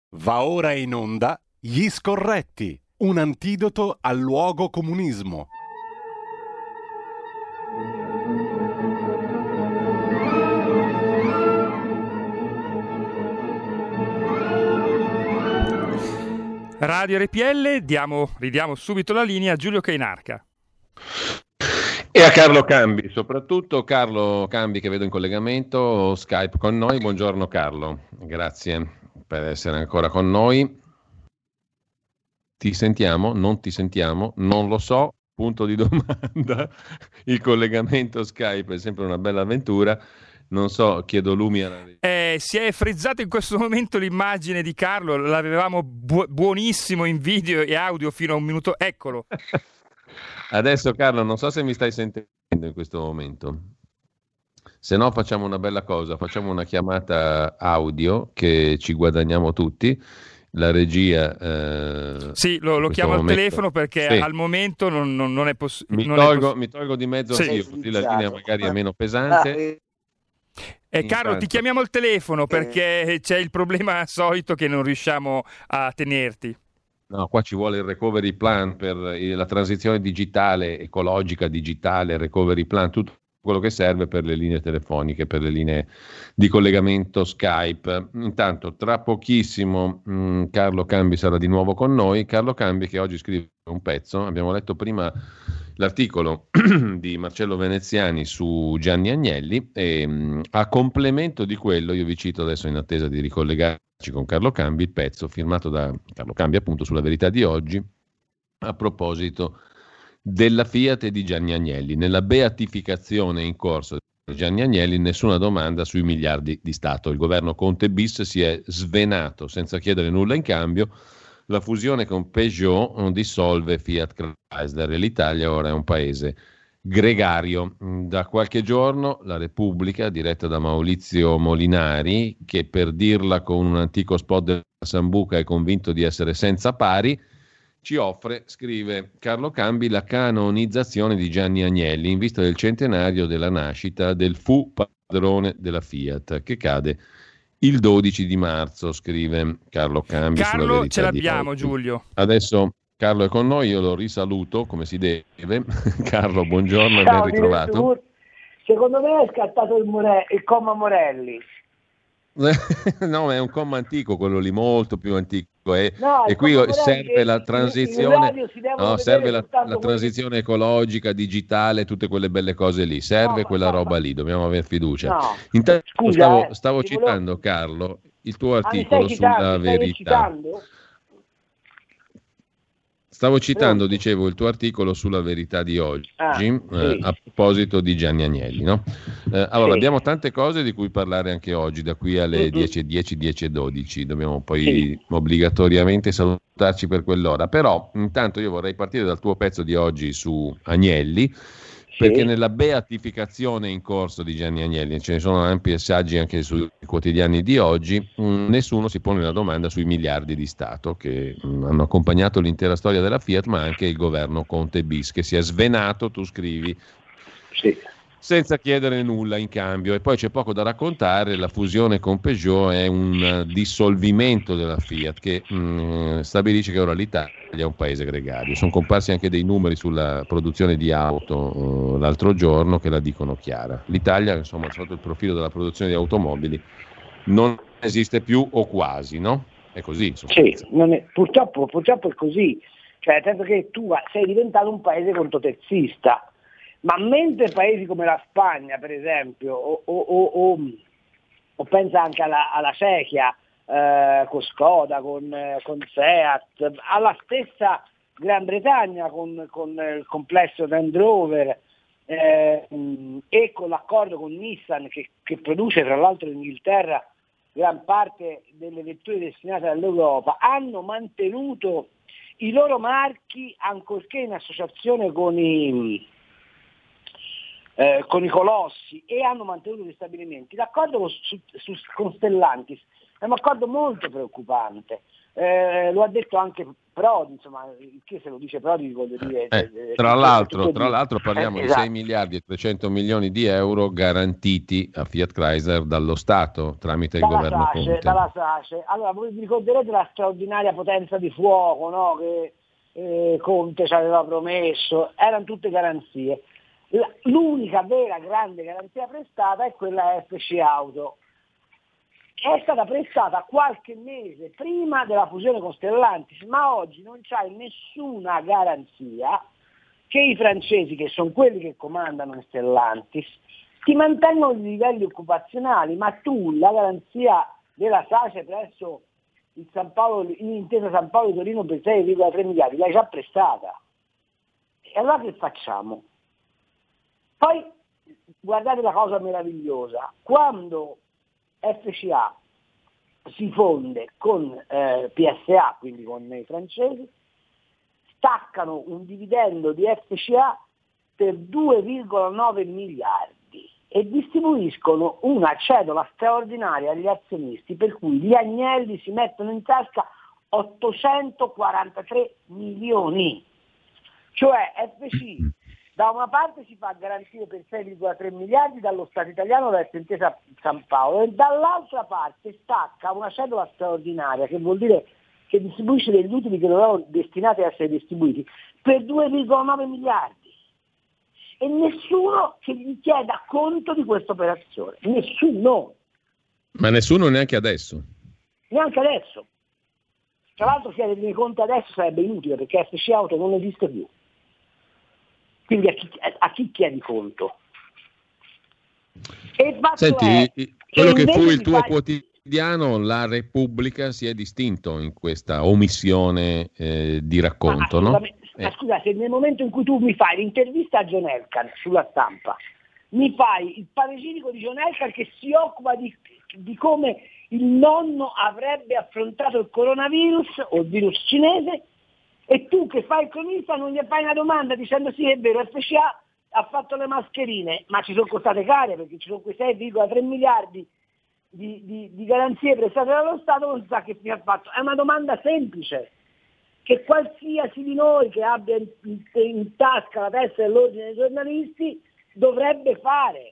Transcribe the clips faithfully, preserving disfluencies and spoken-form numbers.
Va ora in onda Gli Scorretti, un antidoto al luogo comunismo. Radio R P L, diamo, ridiamo subito la linea a Giulio Cainarca. E a Carlo Cambi, soprattutto Carlo Cambi che vedo in collegamento Skype con noi. Buongiorno Carlo, grazie per essere ancora con noi. Ti sentiamo? Non ti sentiamo? Non lo so, punto di domanda. Il collegamento Skype è sempre una bella avventura. Non so, chiedo Lumia. Eh, si è frizzata in questo momento l'immagine di Carlo, l'avevamo bu- buonissimo in video e audio fino a un minuto, eccolo. Adesso Carlo, non so se mi stai sentendo in questo momento. Se no facciamo una bella cosa, facciamo una chiamata audio che ci guadagniamo tutti. La regia eh, sì, lo, lo chiamo momento, al telefono perché sì. al momento non, non, non è possibile. Mi, tolgo, mi tolgo di mezzo sì. anch'io, così la linea magari è meno pesante. E eh, Carlo, ti chiamiamo al telefono perché c'è il problema solito che non riusciamo a tenerti. No, qua ci vuole il recovery plan per la transizione digitale, ecologica, digitale, recovery plan, tutto quello che serve per le linee telefoniche, per le linee di collegamento Skype. Intanto, tra pochissimo mh, Carlo Cambi sarà di nuovo con noi. Carlo Cambi che oggi scrive un pezzo, abbiamo letto prima l'articolo di Marcello Veneziani su Gianni Agnelli e mh, a complemento di quello io vi cito adesso in attesa di ricollegarci con Carlo Cambi il pezzo firmato da Carlo Cambi appunto sulla Verità di oggi a proposito della Fiat e di Gianni Agnelli. Nella beatificazione in corso di Gianni Agnelli nessuna domanda sui miliardi di Stato. Il governo Conte bis si è svenato senza chiedere nulla in cambio. La fusione con Peugeot dissolve Fiat Chrysler e l'Italia ora è un paese gregario. Da qualche giorno la Repubblica, diretta da Maurizio Molinari, che per dirla con un antico spot della Sambuca è convinto di essere senza pari, ci offre, scrive Carlo Cambi, la canonizzazione di Gianni Agnelli in vista del centenario della nascita del fu padrone della Fiat, che cade il dodici di marzo, scrive Carlo Cambi. Carlo, ce l'abbiamo, Giulio. Adesso Carlo è con noi, io lo risaluto come si deve. Carlo, buongiorno e ben ritrovato. Secondo me è scattato il, More- il comma Morelli. No, è un comma antico, quello lì, molto più antico. Eh. No, e qui serve la transizione, no, serve la, la transizione ecologica, digitale, tutte quelle belle cose lì. Serve no, quella ma, roba ma, lì, dobbiamo aver fiducia. No, Intanto scusa, stavo, eh, stavo citando, volevo... Carlo, il tuo ah, articolo citando, sulla verità. Stavo citando, Pronto? dicevo, il tuo articolo sulla Verità di oggi, ah, eh, sì. a proposito di Gianni Agnelli, no? Eh, allora, sì. abbiamo tante cose di cui parlare anche oggi, da qui alle Mm-hmm. dieci e dieci, dieci e dodici, dobbiamo poi sì. obbligatoriamente salutarci per quell'ora, però intanto io vorrei partire dal tuo pezzo di oggi su Agnelli, perché nella beatificazione in corso di Gianni Agnelli, ce ne sono ampi assaggi anche sui quotidiani di oggi, mh, nessuno si pone la domanda sui miliardi di Stato che mh, hanno accompagnato l'intera storia della Fiat, ma anche il governo Conte bis, che si è svenato, tu scrivi, sì. senza chiedere nulla in cambio. E poi c'è poco da raccontare, la fusione con Peugeot è un dissolvimento della Fiat che mh, stabilisce che ora l'Italia è un paese gregario. Sono comparsi anche dei numeri sulla produzione di auto uh, l'altro giorno che la dicono chiara. L'Italia, insomma, sotto il profilo della produzione di automobili non esiste più o quasi, no? È così, sì, non è, purtroppo, purtroppo è così, cioè nel senso che tu sei diventato un paese contoterzista. Ma mentre paesi come la Spagna, per esempio, o, o, o, o, o pensa anche alla, alla Cechia, eh, con Skoda, con, eh, con Seat, alla stessa Gran Bretagna con, con il complesso Land Rover eh, e con l'accordo con Nissan che, che produce tra l'altro in Inghilterra gran parte delle vetture destinate all'Europa, hanno mantenuto i loro marchi ancorché in associazione con i... Eh, con i colossi e hanno mantenuto gli stabilimenti. L'accordo con, su, su, con Stellantis È un accordo molto preoccupante. Eh, lo ha detto anche Prodi, insomma, che se lo dice Prodi voglio dire... Eh, eh, tra, eh, l'altro, tra l'altro parliamo eh, di esatto. sei miliardi e trecento milioni di euro garantiti a Fiat Chrysler dallo Stato tramite dalla il governo SACE, Conte. Dalla SACE. Allora, voi vi ricorderete la straordinaria potenza di fuoco, no? Che eh, Conte ci aveva promesso, erano tutte garanzie. La, l'unica vera grande garanzia prestata è quella F C Auto, che è stata prestata qualche mese prima della fusione con Stellantis, ma oggi non c'è nessuna garanzia che i francesi, che sono quelli che comandano in Stellantis, ti mantengono i livelli occupazionali, ma tu la garanzia della SACE presso il San Paolo, l'intesa San Paolo di Torino per sei virgola tre miliardi l'hai già prestata. E allora che facciamo? Poi guardate la cosa meravigliosa, quando F C A si fonde con eh, P S A, quindi con i francesi, staccano un dividendo di F C A per due virgola nove miliardi e distribuiscono una cedola straordinaria agli azionisti, per cui gli Agnelli si mettono in tasca ottocentoquarantatré milioni. Cioè F C da una parte si fa garantire per sei virgola tre miliardi dallo Stato italiano verso Intesa San Paolo e dall'altra parte stacca una cedola straordinaria, che vuol dire che distribuisce degli utili che non erano destinati a essere distribuiti, per due virgola nove miliardi. E nessuno che gli chieda conto di questa operazione. Nessuno. Ma nessuno neanche adesso. Neanche adesso. Tra l'altro chiedere conto adesso sarebbe inutile, perché F C Auto non esiste più. Quindi a chi, a chi chiedi conto? E il fatto Senti, è quello che, che fu il di tuo fare... quotidiano, La Repubblica, si è distinto in questa omissione eh, di racconto, ma, no? Ma scusa, se nel momento in cui tu mi fai l'intervista a John Elkann sulla Stampa, mi fai il panegirico di John Elkann che si occupa di, di come il nonno avrebbe affrontato il coronavirus o il virus cinese, e tu che fai il cronista non gli fai una domanda dicendo sì, è vero, F C A ha fatto le mascherine, ma ci sono costate care perché ci sono quei sei virgola tre miliardi di, di, di garanzie prestate dallo Stato, non si sa che fine ha fatto. È una domanda semplice che qualsiasi di noi che abbia in, in, in tasca la testa dell'ordine dei giornalisti dovrebbe fare.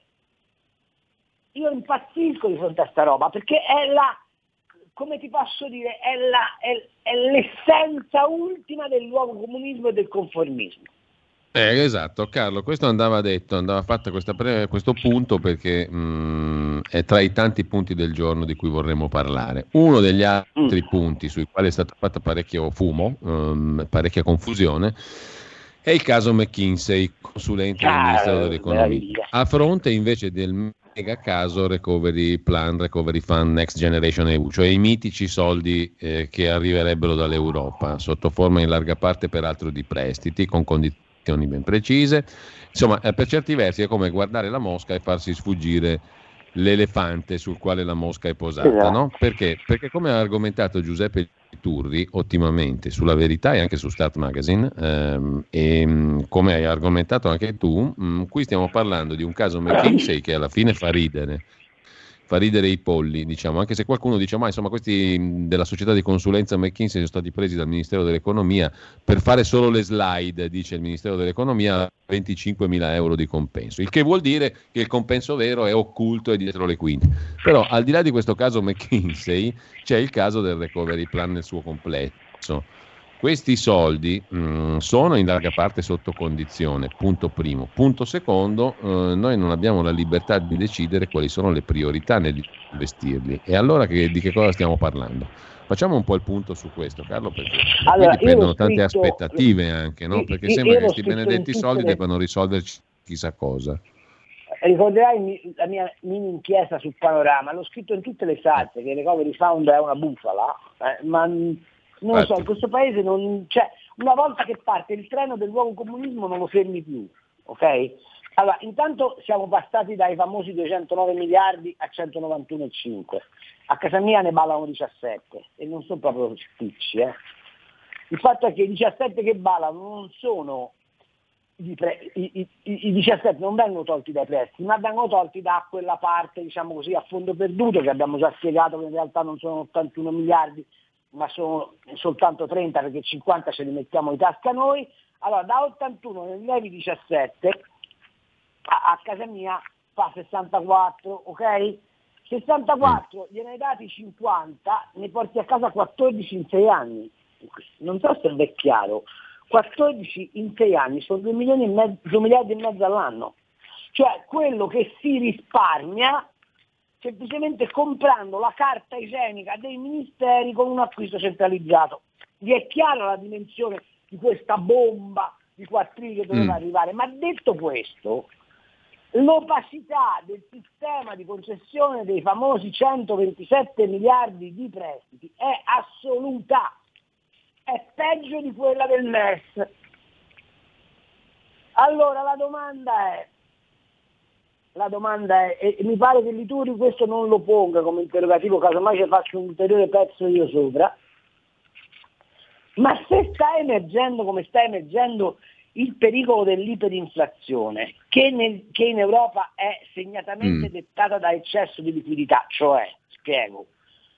Io impazzisco di fronte a sta roba, perché è la, come ti posso dire, è, la, è, è l'essenza ultima del nuovo comunismo e del conformismo. Eh, esatto, Carlo, questo andava detto, andava fatta questa pre- questo punto perché mh, è tra i tanti punti del giorno di cui vorremmo parlare. Uno degli altri mm. punti sui quali è stata fatta parecchio fumo, um, parecchia confusione, è il caso McKinsey, consulente ah, del Ministero dell'Economia, a fronte invece del mega caso Recovery Plan, Recovery Fund, Next Generation E U, cioè i mitici soldi eh, che arriverebbero dall'Europa, sotto forma in larga parte peraltro di prestiti, con condizioni ben precise. Insomma, eh, per certi versi è come guardare la mosca e farsi sfuggire l'elefante sul quale la mosca è posata, esatto. No? Perché? Perché come ha argomentato Giuseppe Turri ottimamente sulla Verità e anche su Start Magazine, ehm, e mh, come hai argomentato anche tu, mh, qui stiamo parlando di un caso McKinsey che alla fine fa ridere. fa ridere i polli, diciamo, anche se qualcuno dice ma insomma questi della società di consulenza McKinsey sono stati presi dal Ministero dell'Economia per fare solo le slide, dice il Ministero dell'Economia, venticinquemila euro di compenso, il che vuol dire che il compenso vero è occulto e dietro le quinte. Però al di là di questo caso McKinsey c'è il caso del Recovery Plan nel suo complesso. Questi soldi mh, sono in larga parte sotto condizione, punto primo. Punto secondo, eh, noi non abbiamo la libertà di decidere quali sono le priorità nell'investirli. E allora che, di che cosa stiamo parlando? Facciamo un po' il punto su questo, Carlo, perché allora, qui dipendono scritto, tante aspettative anche, no? Perché io, sembra io che questi benedetti soldi le... debbano risolverci chissà cosa. Ricorderai la mia mini inchiesta sul panorama, l'ho scritto in tutte le salse, che il Recovery Fund è una bufala, eh, ma... non lo so, in questo paese non c'è, una volta che parte il treno del nuovo comunismo non lo fermi più, ok? Allora, intanto siamo passati dai famosi duecentonove miliardi a centonovantuno virgola cinque, a casa mia ne ballano diciassette e non sono proprio spicci, eh. Il fatto è che i diciassette che ballano non sono i, pre, i, i, i diciassette non vengono tolti dai prestiti, ma vengono tolti da quella parte, diciamo così, a fondo perduto, che abbiamo già spiegato che in realtà non sono ottantuno miliardi, ma sono soltanto trenta, perché cinquanta ce li mettiamo in tasca noi. Allora da ottantuno ne levi diciassette, a, a casa mia fa sessantaquattro, ok? sessantaquattro, gliene hai dati cinquanta, ne porti a casa quattordici in sei anni. Non so se è chiaro, quattordici in sei anni sono due milioni e mezzo, due miliardi e mezzo all'anno. Cioè quello che si risparmia semplicemente comprando la carta igienica dei ministeri con un acquisto centralizzato. Vi è chiara la dimensione di questa bomba di quattrini che doveva mm. arrivare? Ma detto questo, l'opacità del sistema di concessione dei famosi centoventisette miliardi di prestiti è assoluta, è peggio di quella del M E S. Allora la domanda è, la domanda è, e mi pare che l'Ituri questo non lo ponga come interrogativo, casomai ci faccio un ulteriore pezzo io sopra, ma se sta emergendo come sta emergendo il pericolo dell'iperinflazione, che, nel, che in Europa è segnatamente mm. dettata da eccesso di liquidità, cioè, spiego,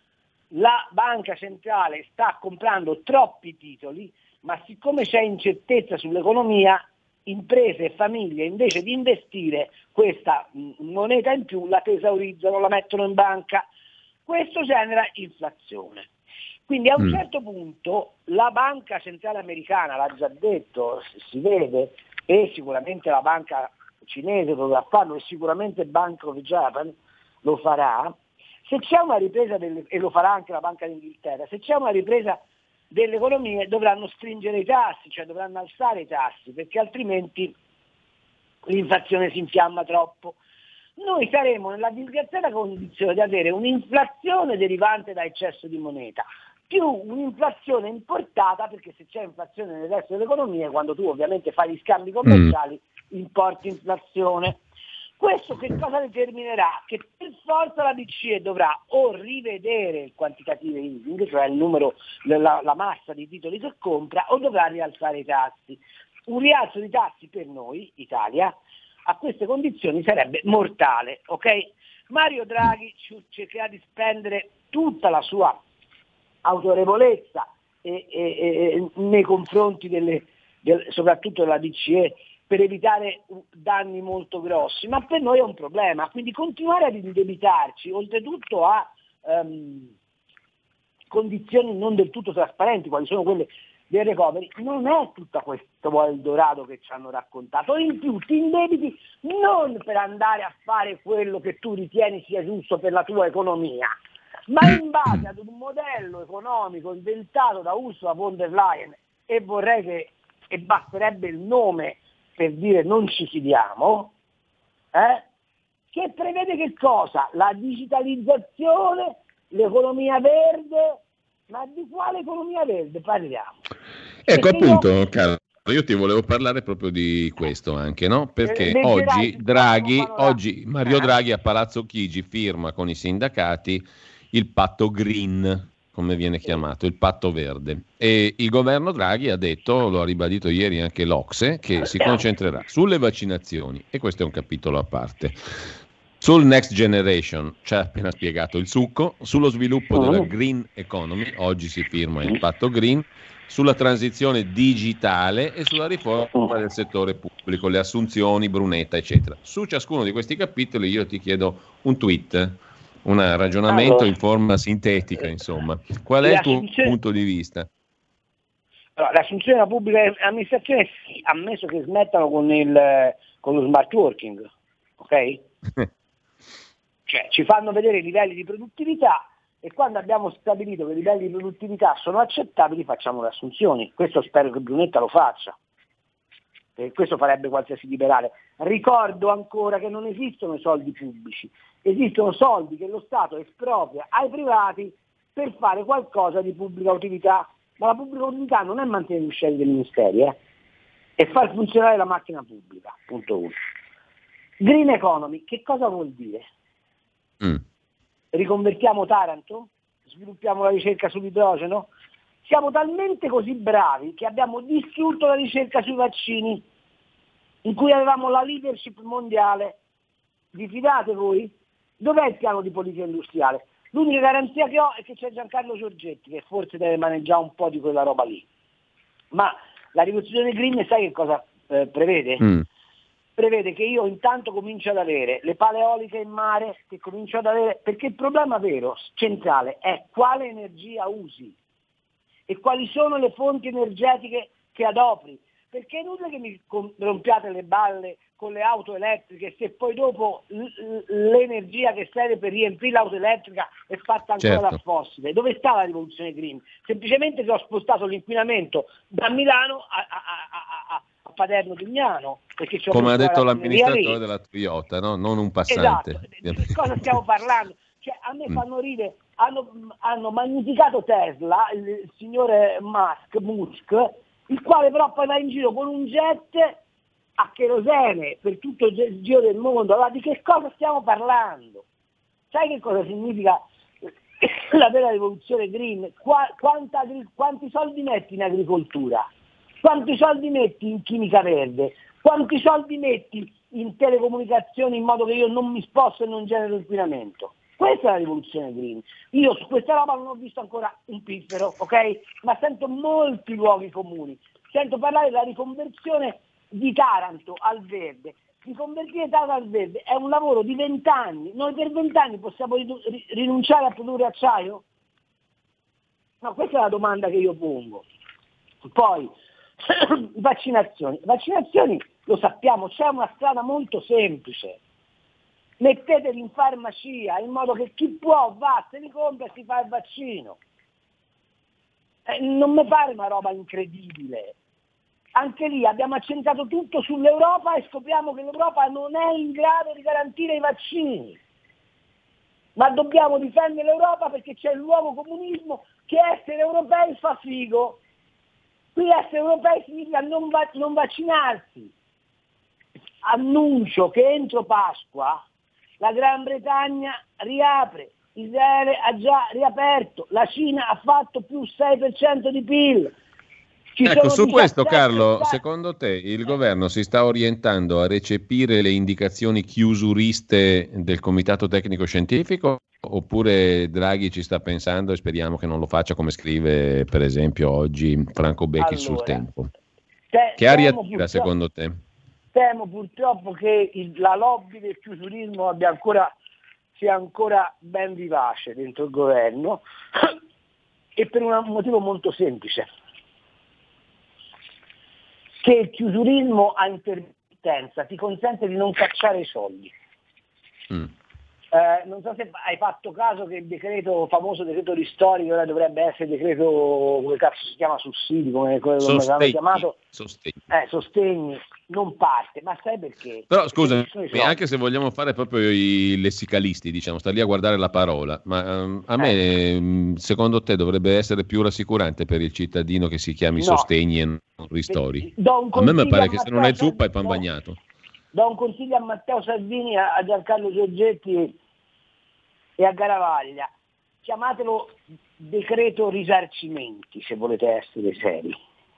la banca centrale sta comprando troppi titoli, ma siccome c'è incertezza sull'economia, imprese e famiglie invece di investire questa moneta in più la tesaurizzano, la mettono in banca. Questo genera inflazione. Quindi a un certo punto la banca centrale americana, l'ha già detto, si vede, e sicuramente la banca cinese dovrà farlo, e sicuramente Bank of Japan lo farà, se c'è una ripresa, delle, e lo farà anche la Banca d'Inghilterra, se c'è una ripresa delle economie dovranno stringere i tassi, cioè dovranno alzare i tassi, perché altrimenti l'inflazione si infiamma troppo. Noi saremo nella disgraziata condizione di avere un'inflazione derivante da eccesso di moneta, più un'inflazione importata, perché se c'è inflazione nel resto dell'economia, quando tu ovviamente fai gli scambi commerciali, mm. importi inflazione. Questo che cosa determinerà? Che per forza la B C E dovrà o rivedere il quantitative easing, cioè il numero, la, la massa di titoli che compra, o dovrà rialzare i tassi. Un rialzo di tassi per noi, Italia, a queste condizioni sarebbe mortale, ok? Mario Draghi cercherà di spendere tutta la sua autorevolezza e, e, e, nei confronti delle, del, soprattutto della B C E, per evitare danni molto grossi, ma per noi è un problema, quindi continuare ad indebitarci, oltretutto a um, condizioni non del tutto trasparenti, quali sono quelle del recovery, non è tutto questo Eldorado che ci hanno raccontato. In più ti indebiti non per andare a fare quello che tu ritieni sia giusto per la tua economia, ma in base ad un modello economico inventato da Ursula von der Leyen, e vorrei che, e basterebbe il nome per dire non ci fidiamo, eh? Che prevede che cosa? La digitalizzazione, l'economia verde, ma di quale economia verde parliamo? Ecco, Perché appunto, io... Carlo, io ti volevo parlare proprio di questo anche, no? Perché Eh, oggi Draghi, panorama. oggi Mario Draghi a Palazzo Chigi firma con i sindacati il patto green, come viene chiamato, il patto verde. E il governo Draghi ha detto, lo ha ribadito ieri anche l'Ocse, che si concentrerà sulle vaccinazioni, e questo è un capitolo a parte, sul Next Generation, ci ha appena spiegato il succo, sullo sviluppo della green economy, oggi si firma il patto green, sulla transizione digitale e sulla riforma del settore pubblico, le assunzioni, Brunetta, eccetera. Su ciascuno di questi capitoli io ti chiedo un tweet, un ragionamento allora, in forma sintetica, insomma. Qual è il tuo punto di vista? Allora, l'assunzione della pubblica amministrazione sì, ammesso che smettano con, il, con lo smart working, ok? Cioè ci fanno vedere i livelli di produttività e quando abbiamo stabilito che i livelli di produttività sono accettabili facciamo le assunzioni. Questo spero che Brunetta lo faccia, perché questo farebbe qualsiasi liberale. Ricordo ancora che non esistono i soldi pubblici, esistono soldi che lo Stato espropria ai privati per fare qualcosa di pubblica utilità, ma la pubblica utilità non è mantenere gli uscenti dei ministeri, eh? È far funzionare la macchina pubblica, punto uno. Green economy, che cosa vuol dire? Mm. Riconvertiamo Taranto? Sviluppiamo la ricerca sull'idrogeno? Siamo talmente così bravi che abbiamo distrutto la ricerca sui vaccini. in cui avevamo la leadership mondiale. Vi fidate voi? Dov'è il piano di politica industriale? L'unica garanzia che ho è che c'è Giancarlo Giorgetti, che forse deve maneggiare un po' di quella roba lì. Ma la rivoluzione green sai che cosa eh, prevede? Mm. Prevede che io intanto comincio ad avere le pale eoliche in mare, che comincio ad avere, perché il problema vero, centrale, è quale energia usi e quali sono le fonti energetiche che adopri. Perché è inutile che mi rompiate le balle con le auto elettriche se poi dopo l- l'energia che serve per riempire l'auto elettrica è fatta ancora certo. da fossile. Dove sta la rivoluzione green? Semplicemente che ho spostato l'inquinamento da Milano a, a, a, a, a Paderno Dugnano. Perché come ha detto l'amministratore della Toyota, no? Non un passante. Esatto. Di cosa stiamo parlando? Cioè, a me fanno ridere, hanno, hanno magnificato Tesla, il, il signore Musk, Musk, il quale però poi va in giro con un jet a cherosene per tutto il giro del mondo. Allora di che cosa stiamo parlando? Sai che cosa significa la vera rivoluzione green? Qua, quanta, quanti soldi metti in agricoltura? Quanti soldi metti in chimica verde? Quanti soldi metti in telecomunicazioni in modo che io non mi sposto e non genero inquinamento? Questa è la rivoluzione green. Io su questa roba non ho visto ancora un piffero, ok? Ma sento molti luoghi comuni. Sento parlare della riconversione di Taranto al verde. Riconvertire Taranto al verde è un lavoro di vent'anni. Noi per vent'anni possiamo rinunciare a produrre acciaio? No, questa è la domanda che io pongo. Poi, vaccinazioni. Vaccinazioni, lo sappiamo, c'è una strada molto semplice. Metteteli in farmacia in modo che chi può va, se li compra e si fa il vaccino. Eh, non mi pare una roba incredibile. Anche lì abbiamo accentrato tutto sull'Europa e scopriamo che l'Europa non è in grado di garantire i vaccini. Ma dobbiamo difendere l'Europa perché c'è il nuovo comunismo che essere europei fa figo. Qui essere europei significa non, va- non vaccinarsi. Annuncio che entro Pasqua la Gran Bretagna riapre, Israele ha già riaperto, la Cina ha fatto più sei per cento di P I L. Ci ecco, su questo Carlo, stati... secondo te il governo si sta orientando a recepire le indicazioni chiusuriste del Comitato Tecnico Scientifico oppure Draghi ci sta pensando e speriamo che non lo faccia come scrive per esempio oggi Franco Becchi allora, sul Tempo? Te, che aria tira secondo te? Temo purtroppo che il, la lobby del chiusurismo abbia ancora, sia ancora ben vivace dentro il governo e per un motivo molto semplice, che il chiusurismo a intermittenza ti consente di non cacciare i soldi. Mm. Eh, non so se hai fatto caso che il decreto, famoso decreto ristori, ora dovrebbe essere decreto, come cazzo si chiama, sussidi, come, come l'hanno chiamato, sostegni. Eh, sostegni, non parte, ma sai perché? Però scusa, anche se vogliamo fare proprio i lessicalisti, diciamo, sta lì a guardare la parola, ma um, a me, eh. secondo te, dovrebbe essere più rassicurante per il cittadino che si chiami no. sostegni e non ristori? A me mi pare che se non è zuppa è pan no. bagnato. Do un consiglio a Matteo Salvini, a Giancarlo Giorgetti e a Garavaglia: chiamatelo decreto risarcimenti se volete essere seri.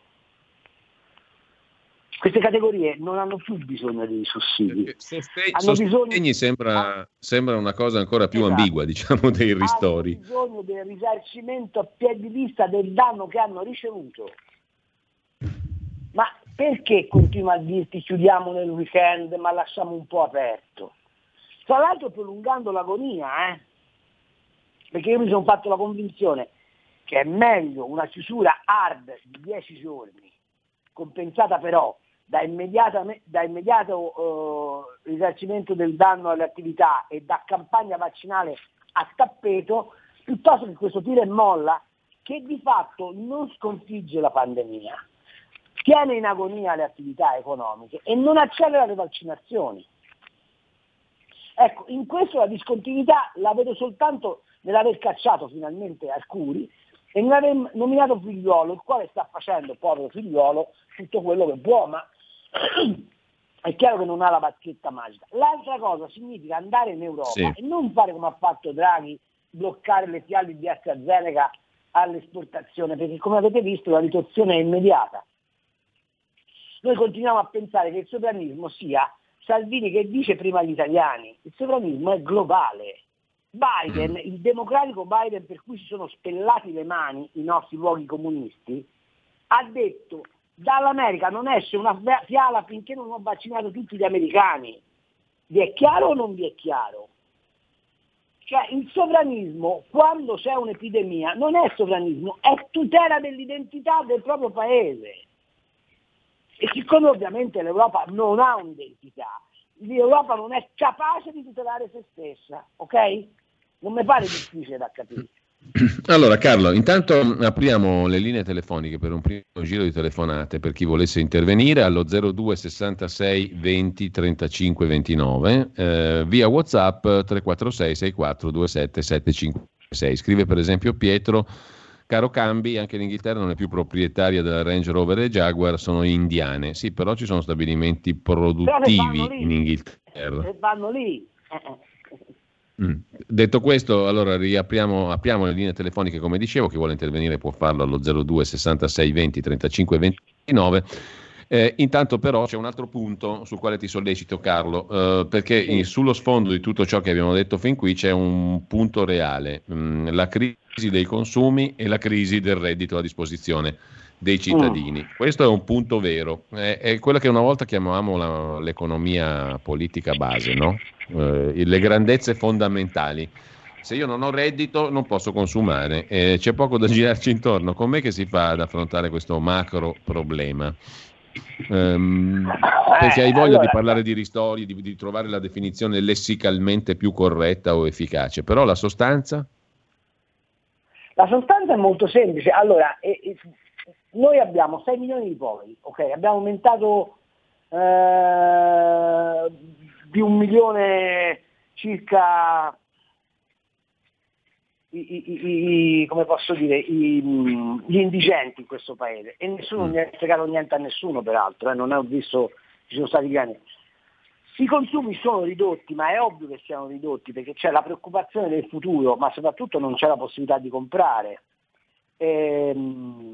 Queste categorie non hanno più bisogno di sussidi. Sostegni, hanno sostegni bisogno... sembra, sembra una cosa ancora più esatto. ambigua, diciamo, dei ristori. Hanno bisogno del risarcimento a piè di vista del danno che hanno ricevuto. Ma perché continua a dirti chiudiamo nel weekend ma lasciamo un po' aperto? Tra l'altro prolungando l'agonia, eh? Perché io mi sono fatto la convinzione che è meglio una chiusura hard di dieci giorni, compensata però da, immediata, da immediato uh, risarcimento del danno alle attività e da campagna vaccinale a tappeto, piuttosto che questo tira e molla che di fatto non sconfigge la pandemia, tiene in agonia le attività economiche e non accelera le vaccinazioni. Ecco, in questo la discontinuità la vedo soltanto nell'aver cacciato finalmente Arcuri e nell'aver nominato Figliuolo, il quale sta facendo, povero Figliuolo, tutto quello che può, ma è chiaro che non ha la bacchetta magica. L'altra cosa significa andare in Europa sì. e non fare come ha fatto Draghi, bloccare le fiabe di AstraZeneca all'esportazione, perché come avete visto la ritorsione è immediata. Noi continuiamo a pensare che il sovranismo sia Salvini che dice prima gli italiani. Il sovranismo è globale. Biden, il democratico Biden per cui si sono spellati le mani i nostri luoghi comunisti, ha detto dall'America non esce una fiala finché non ho vaccinato tutti gli americani. Vi è chiaro o non vi è chiaro? Cioè il sovranismo, quando c'è un'epidemia, non è sovranismo, è tutela dell'identità del proprio paese. E siccome ovviamente l'Europa non ha un'identità, l'Europa non è capace di tutelare se stessa, ok? Non mi pare difficile da capire. Allora Carlo, intanto apriamo le linee telefoniche per un primo giro di telefonate per chi volesse intervenire allo zero due sessantasei venti trentacinque ventinove, eh, via WhatsApp tre quattro sei sei quattro due sette sette cinque sei. Scrive per esempio Pietro: caro Cambi, anche l'Inghilterra non è più proprietaria della Range Rover e Jaguar, sono indiane. Sì, però ci sono stabilimenti produttivi in Inghilterra. E vanno lì. Mm. Detto questo, allora riapriamo apriamo le linee telefoniche, come dicevo. Chi vuole intervenire può farlo allo zero due sessantasei venti trentacinque ventinove. Eh, intanto però c'è un altro punto sul quale ti sollecito, Carlo, eh, perché in, sullo sfondo di tutto ciò che abbiamo detto fin qui c'è un punto reale, mh, la crisi dei consumi e la crisi del reddito a disposizione dei cittadini. Mm. Questo è un punto vero, è, è quella che una volta chiamavamo la, l'economia politica base, no? Eh, le grandezze fondamentali. Se io non ho reddito non posso consumare, eh, c'è poco da girarci intorno. Com'è che si fa ad affrontare questo macro problema? Um, perché hai voglia allora, di parlare di ristori, di, di trovare la definizione lessicalmente più corretta o efficace, però la sostanza? La sostanza è molto semplice. Allora, eh, eh, noi abbiamo sei milioni di poveri, ok? Abbiamo aumentato eh, di un milione circa I, i, i, come posso dire, i, gli indigenti in questo paese, e nessuno mm. ne ha fregato niente a nessuno, peraltro, eh, non ho visto, ci sono stati grandi. I consumi sono ridotti, ma è ovvio che siano ridotti perché c'è la preoccupazione del futuro, ma soprattutto non c'è la possibilità di comprare. Ehm,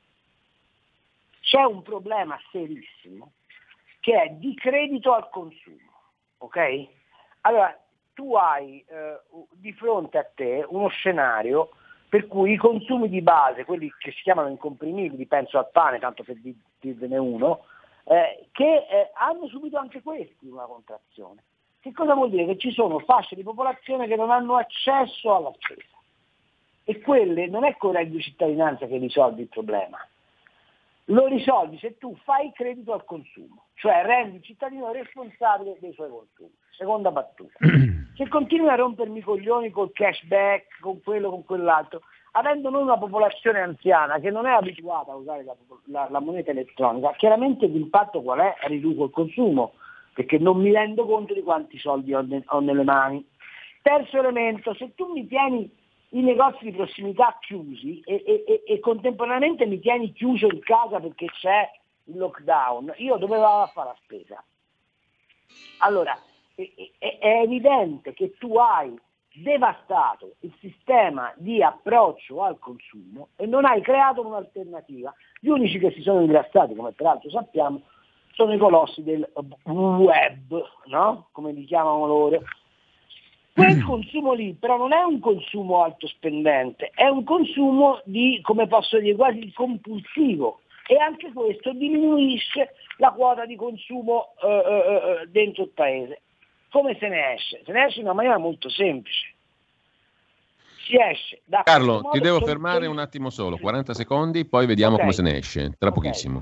c'è un problema serissimo che è di credito al consumo, ok? Allora, tu hai eh, di fronte a te uno scenario per cui i consumi di base, quelli che si chiamano incomprimibili, penso al pane, tanto per dirvene uno, eh, che eh, hanno subito anche questi una contrazione. Che cosa vuol dire? Che ci sono fasce di popolazione che non hanno accesso alla spesa, e quelle non è con il reddito di cittadinanza che risolvi il problema. Lo risolvi se tu fai credito al consumo, cioè rendi il cittadino responsabile dei suoi consumi. Seconda battuta. Se continui a rompermi i coglioni col cashback, con quello, con quell'altro, avendo noi una popolazione anziana che non è abituata a usare la, la, la moneta elettronica, chiaramente l'impatto qual è? Riduco il consumo, perché non mi rendo conto di quanti soldi ho, ne, ho nelle mani. Terzo elemento, se tu mi tieni i negozi di prossimità chiusi e, e, e, e contemporaneamente mi tieni chiuso in casa perché c'è il lockdown, io dove vado a fare la spesa? Allora, è, è, è evidente che tu hai devastato il sistema di approccio al consumo e non hai creato un'alternativa. Gli unici che si sono ingrassati, come peraltro sappiamo, sono i colossi del web, no? Come li chiamano loro. Quel consumo lì però non è un consumo alto spendente, è un consumo di, come posso dire, quasi compulsivo, e anche questo diminuisce la quota di consumo eh, eh, dentro il paese. Come se ne esce? Se ne esce in una maniera molto semplice. Si esce da Carlo, ti devo fermare un attimo solo, quaranta secondi, poi vediamo okay. come se ne esce, tra okay. pochissimo.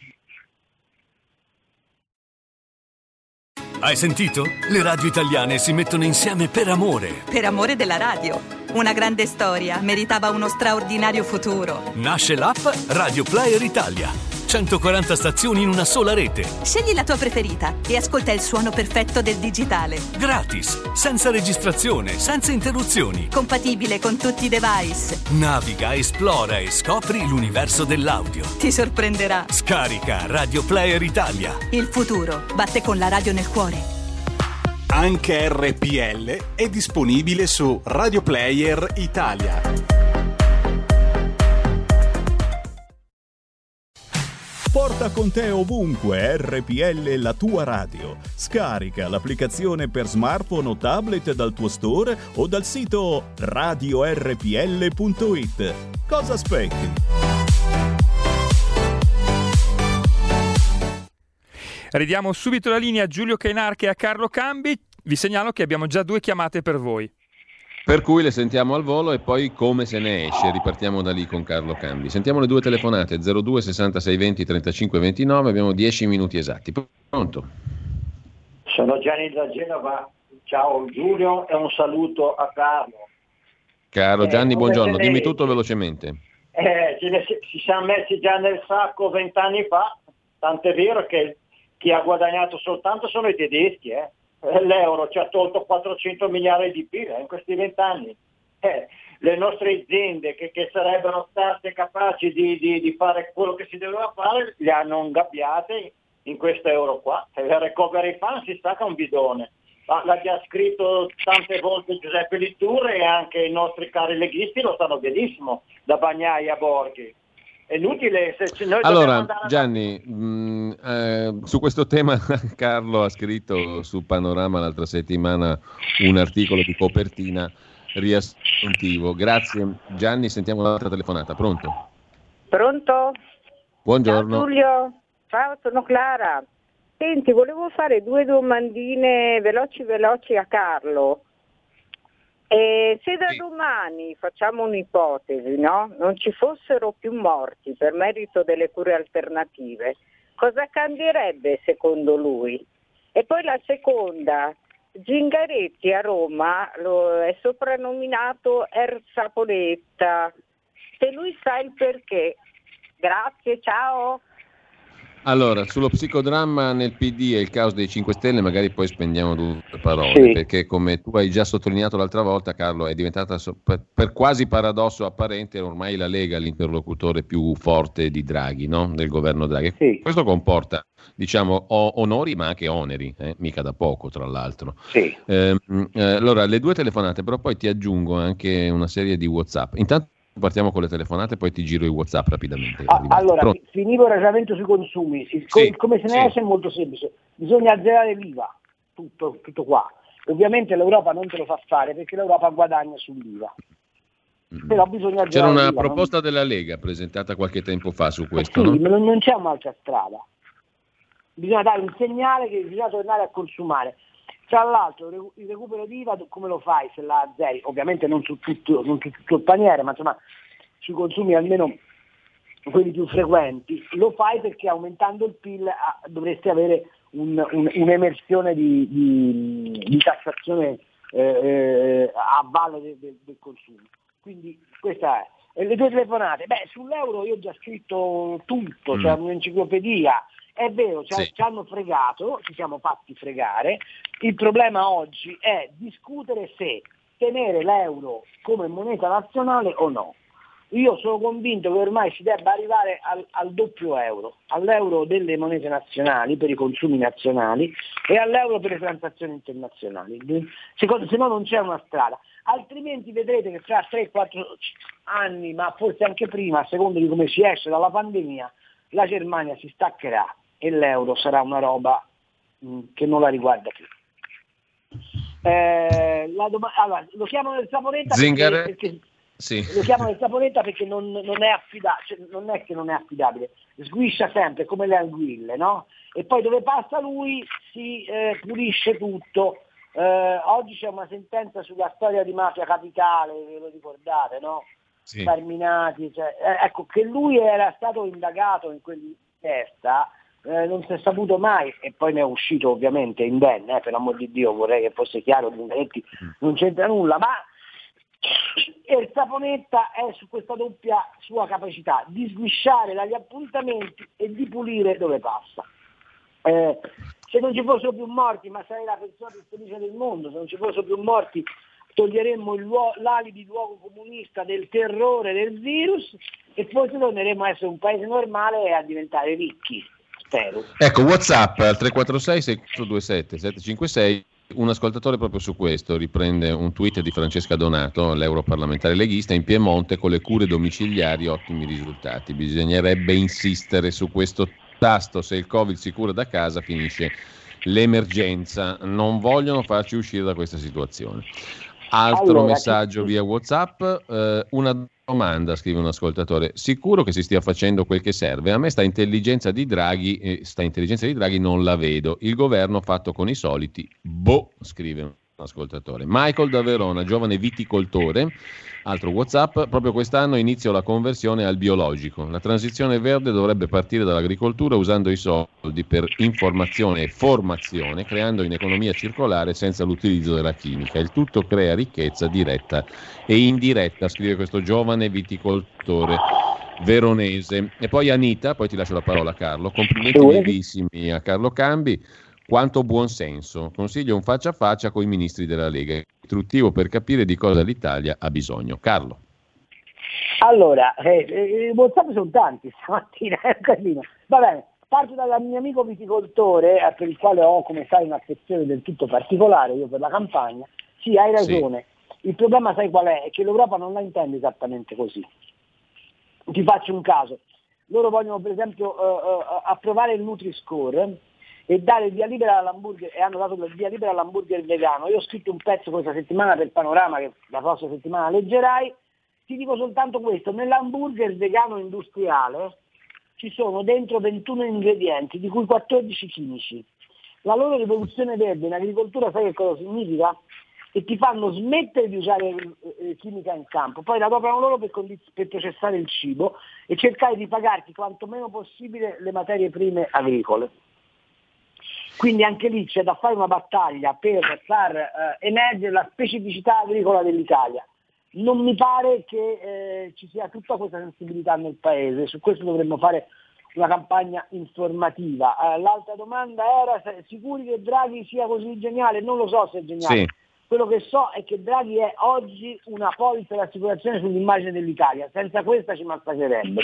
Hai sentito? Le radio italiane si mettono insieme per amore. Per amore della radio. Una grande storia meritava uno straordinario futuro. Nasce l'app Radio Player Italia. centoquaranta stazioni in una sola rete. Scegli la tua preferita e ascolta il suono perfetto del digitale. Gratis, senza registrazione, senza interruzioni. Compatibile con tutti i device. Naviga, esplora e scopri l'universo dell'audio. Ti sorprenderà. Scarica Radio Player Italia. Il futuro batte con la radio nel cuore. Anche R P L è disponibile su Radio Player Italia. Porta con te ovunque R P L, la tua radio. Scarica l'applicazione per smartphone o tablet dal tuo store o dal sito radio r p l punto i t. Cosa aspetti? Ridiamo subito la linea a Giulio Cainarca e a Carlo Cambi. Vi segnalo che abbiamo già due chiamate per voi. Per cui le sentiamo al volo e poi come se ne esce. Ripartiamo da lì con Carlo Cambi. Sentiamo le due telefonate, zero due sessantasei venti trentacinque ventinove, abbiamo dieci minuti esatti. Pronto? Sono Gianni da Genova. Ciao Giulio e un saluto a Carlo. Caro Gianni, eh, buongiorno, lei... dimmi tutto velocemente. Eh, ce ne, si siamo messi già nel sacco vent'anni fa, tant'è vero che chi ha guadagnato soltanto sono i tedeschi, eh. L'euro ci ha tolto quattrocento miliardi di P I L eh, in questi vent'anni. Eh, le nostre aziende che, che sarebbero state capaci di, di, di fare quello che si doveva fare, le hanno ingabbiate in questo euro qua. Il recovery fund si sta con un bidone. L'ha già scritto tante volte Giuseppe Litture e anche i nostri cari leghisti lo sanno benissimo, da Bagnai a Borghi. È inutile se noi allora Gianni mh, eh, su questo tema Carlo ha scritto su Panorama l'altra settimana un articolo di copertina riassuntivo. Grazie Gianni, sentiamo l'altra telefonata. Pronto? Pronto? Buongiorno. Ciao Giulio, ciao, sono Clara. Senti, volevo fare due domandine veloci veloci a Carlo. E se da domani, facciamo un'ipotesi, no? Non ci fossero più morti per merito delle cure alternative, cosa cambierebbe secondo lui? E poi la seconda, Zingaretti a Roma lo è soprannominato Ersapoletta, se lui sa il perché. Grazie, ciao. Allora, sullo psicodramma nel P D e il caos dei cinque Stelle magari poi spendiamo due parole, sì. Perché come tu hai già sottolineato l'altra volta, Carlo, è diventata so- per, per quasi paradosso apparente ormai la Lega l'interlocutore più forte di Draghi, no? Del governo Draghi. Sì. Questo comporta, diciamo, o- onori ma anche oneri, eh? Mica da poco tra l'altro. Sì. Eh, eh, allora, le due telefonate, però poi ti aggiungo anche una serie di WhatsApp. Intanto partiamo con le telefonate, poi ti giro i WhatsApp rapidamente. Ah, allora, Pronto? Finivo il ragionamento sui consumi. Si, sì, come se ne sì. esce è molto semplice. Bisogna azzerare l'I V A, tutto, tutto qua. Ovviamente l'Europa non te lo fa fare perché l'Europa guadagna sull'I V A. Mm. Però bisogna azzerare C'era una l'I V A, proposta non... della Lega presentata qualche tempo fa su questo, sì, no? non, non c'è un'altra strada. Bisogna dare un segnale che bisogna tornare a consumare. Tra l'altro il recupero di I V A come lo fai se la azzeri? Ovviamente non su tutto, non su tutto il paniere, ma insomma sui consumi almeno quelli più frequenti, lo fai perché aumentando il P I L ah, dovresti avere un, un, un'emersione di, di, di tassazione eh, a valle de, de, del consumo. Quindi questa è. E le tue telefonate, beh sull'euro io ho già scritto tutto, mm. c'è un'enciclopedia. È vero, ci, sì. ci hanno fregato, ci siamo fatti fregare. Il problema oggi è discutere se tenere l'euro come moneta nazionale o no. Io sono convinto che ormai si debba arrivare al, al doppio euro, all'euro delle monete nazionali per i consumi nazionali e all'euro per le transazioni internazionali. Secondo, se no non c'è una strada. Altrimenti vedrete che fra tre quattro anni, ma forse anche prima, a seconda di come si esce dalla pandemia, la Germania si staccherà e l'euro sarà una roba mh, che non la riguarda più. Eh, la doma- allora, lo chiamano del Saponetta Zingare... perché, perché sì. lo chiamano del Saponetta perché non, non è affidabile, cioè, non è che non è affidabile, sguiscia sempre come le anguille, no? E poi dove passa lui si eh, pulisce tutto. Eh, oggi c'è una sentenza sulla storia di Mafia Capitale, ve lo ricordate, no? Sì. Carminati, cioè, eh, ecco che lui era stato indagato in quell'inchiesta, eh, non si è saputo mai e poi ne è uscito ovviamente indenne, eh, per l'amor di Dio vorrei che fosse chiaro, Zingaretti non c'entra nulla, ma il Saponetta è su questa doppia sua capacità di sguisciare dagli appuntamenti e di pulire dove passa. Eh, se non ci fossero più morti, ma sarei la persona più felice del mondo, se non ci fossero più morti toglieremmo il luo- l'alibi luogo comunista del terrore del virus e poi torneremo a essere un paese normale e a diventare ricchi, spero. Ecco, WhatsApp al tre quattro sei sei due sette sette cinque sei un ascoltatore proprio su questo riprende un tweet di Francesca Donato, l'europarlamentare leghista: in Piemonte con le cure domiciliari ottimi risultati, bisognerebbe insistere su questo tasto, se il Covid si cura da casa finisce l'emergenza, non vogliono farci uscire da questa situazione. Altro allora, messaggio che... via WhatsApp, eh, una domanda, scrive un ascoltatore: sicuro che si stia facendo quel che serve? A me sta intelligenza di Draghi, eh, sta intelligenza di Draghi non la vedo, il governo fatto con i soliti, boh, scrive un ascoltatore. Michael da Verona, giovane viticoltore, altro WhatsApp: proprio quest'anno inizio la conversione al biologico, la transizione verde dovrebbe partire dall'agricoltura usando i soldi per informazione e formazione, creando un'economia circolare senza l'utilizzo della chimica, il tutto crea ricchezza diretta e indiretta, scrive questo giovane viticoltore veronese. E poi Anita, poi ti lascio la parola Carlo, complimenti vivissimi a Carlo Cambi, quanto buonsenso, consiglio un faccia a faccia con i ministri della Lega, istruttivo per capire di cosa l'Italia ha bisogno. Carlo. Allora, eh, i WhatsApp sono tanti stamattina, è un casino. Va bene, parto dal mio amico viticoltore, eh, per il quale ho, come sai, un'affezione del tutto particolare, io per la campagna. Sì, hai ragione. Sì. Il problema sai qual è? È che l'Europa non la intende esattamente così. Ti faccio un caso. Loro vogliono per esempio uh, uh, approvare il Nutri-Score e dare il via libera all'hamburger, e hanno dato il via libera all'hamburger vegano. Io ho scritto un pezzo questa settimana per Panorama, che la prossima settimana leggerai. Ti dico soltanto questo: nell'hamburger vegano industriale ci sono dentro ventuno ingredienti, di cui quattordici chimici. La loro rivoluzione verde in agricoltura sai che cosa significa? E ti fanno smettere di usare eh, chimica in campo, poi la adoperano loro per, condiz- per processare il cibo e cercare di pagarti quanto meno possibile le materie prime agricole. Quindi anche lì c'è da fare una battaglia per far eh, emergere la specificità agricola dell'Italia. Non mi pare che eh, ci sia tutta questa sensibilità nel Paese, su questo dovremmo fare una campagna informativa. Eh, l'altra domanda era: sicuri che Draghi sia così geniale? Non lo so se è geniale. Sì. Quello che so è che Draghi è oggi una polizza di assicurazione sull'immagine dell'Italia, senza questa ci massacrerebbero.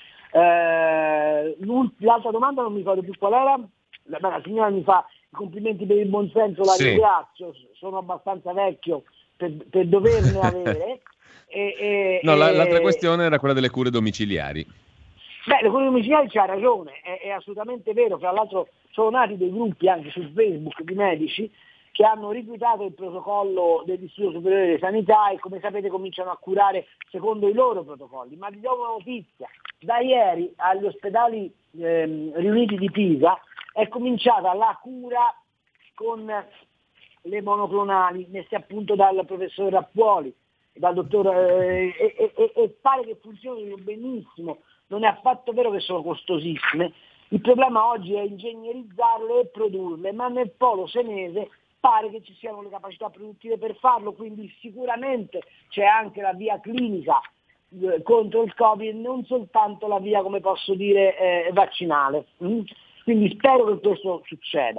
Eh, l'altra domanda non mi ricordo più qual era. La, la signora mi fa i complimenti per il buonsenso, la sì. ringrazio, sono abbastanza vecchio per, per doverne avere. e, e, no, la, e, l'altra questione era quella delle cure domiciliari. Beh, le cure domiciliari c'ha ragione, è, è assolutamente vero. Fra l'altro sono nati dei gruppi anche su Facebook di medici che hanno rifiutato il protocollo dell'Istituto Superiore di Sanità e, come sapete, cominciano a curare secondo i loro protocolli. Ma vi do una notizia: da ieri agli ospedali ehm, riuniti di Pisa è cominciata la cura con le monoclonali messe a punto dal professor Rappuoli, dal dottor eh, e, e, e pare che funzionino benissimo. Non è affatto vero che sono costosissime. Il problema oggi è ingegnerizzarle e produrle, ma nel polo senese pare che ci siano le capacità produttive per farlo, quindi sicuramente c'è anche la via clinica eh, contro il Covid, non soltanto la via, come posso dire, eh, vaccinale. Mm? Quindi spero che questo succeda.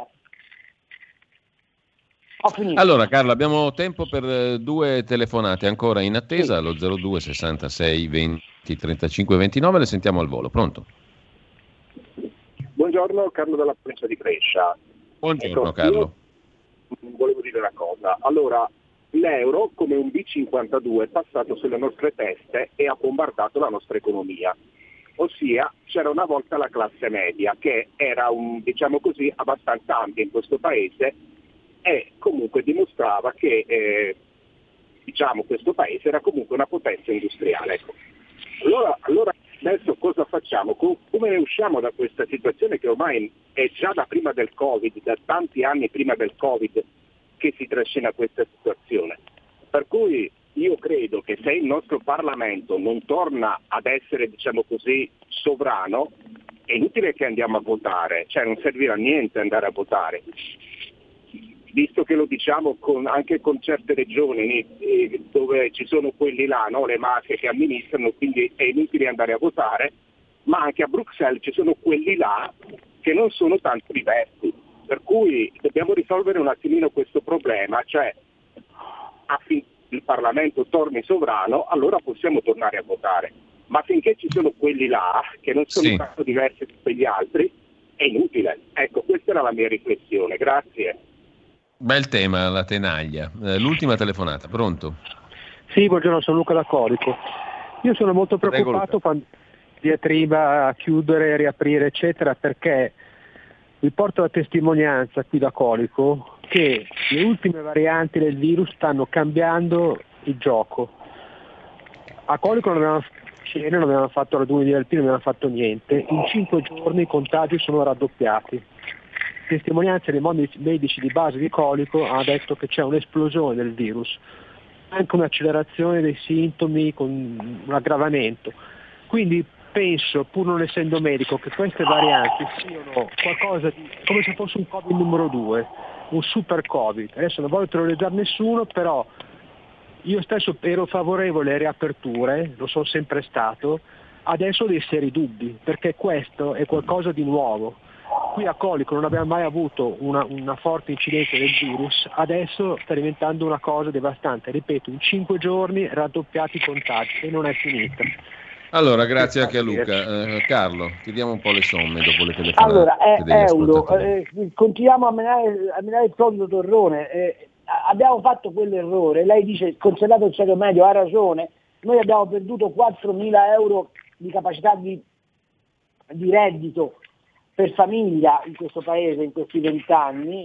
Ho finito. Allora Carlo, abbiamo tempo per eh, due telefonate ancora in attesa, sì. Allo zero due sessantasei venti trentacinque ventinove, le sentiamo al volo. Pronto? Buongiorno, Carlo dalla provincia di Brescia. Buongiorno ecco, Carlo. Io volevo dire una cosa. Allora, l'euro come un B cinquantadue è passato sulle nostre teste e ha bombardato la nostra economia. Ossia, c'era una volta la classe media che era un, diciamo così, abbastanza ampia in questo paese e comunque dimostrava che eh, diciamo questo paese era comunque una potenza industriale. Ecco. Allora, allora adesso cosa facciamo? Come usciamo da questa situazione che ormai è già da prima del Covid, da tanti anni prima del Covid che si trascina questa situazione? Per cui io credo che se il nostro Parlamento non torna ad essere, diciamo così, sovrano, è inutile che andiamo a votare, cioè non servirà a niente andare a votare. Visto che lo diciamo con, anche con certe regioni eh, dove ci sono quelli là, no, le mafie che amministrano, quindi è inutile andare a votare, ma anche a Bruxelles ci sono quelli là che non sono tanto diversi. Per cui dobbiamo risolvere un attimino questo problema, cioè affinché il Parlamento torni sovrano, allora possiamo tornare a votare. Ma finché ci sono quelli là che non sono sì. tanto diversi da quegli altri, è inutile. Ecco, questa era la mia riflessione. Grazie. Bel tema, la tenaglia. Eh, l'ultima telefonata, pronto? Sì, buongiorno, sono Luca da Colico. Io sono molto preoccupato quando diatriba a chiudere, riaprire, eccetera, perché vi porto la testimonianza qui da Colico che le ultime varianti del virus stanno cambiando il gioco. A Colico non avevamo cene, non avevamo fatto raduni di alpino, non avevamo fatto niente. In cinque giorni i contagi sono raddoppiati. Testimonianze dei medici di base di Colico hanno detto che c'è un'esplosione del virus, anche un'accelerazione dei sintomi con un aggravamento. Quindi penso, pur non essendo medico, che queste varianti siano qualcosa di come se fosse un Covid numero due, un super Covid. Adesso non voglio terrorizzare nessuno, però io stesso ero favorevole alle riaperture, lo sono sempre stato, adesso ho dei seri dubbi, perché questo è qualcosa di nuovo. Qui a Colico non abbiamo mai avuto una, una forte incidenza del virus, adesso sta diventando una cosa devastante. Ripeto, in cinque giorni raddoppiati i contagi e non è finita. Allora, grazie anche a Luca. Eh, Carlo, ti diamo un po' le somme dopo le telefonate. Allora, eh, Euro, eh, continuiamo a menare, a menare il solito torrone. Eh, abbiamo fatto quell'errore, lei dice conservato il ceto medio, ha ragione, noi abbiamo perduto quattromila euro di capacità di, di reddito per famiglia in questo paese in questi vent'anni.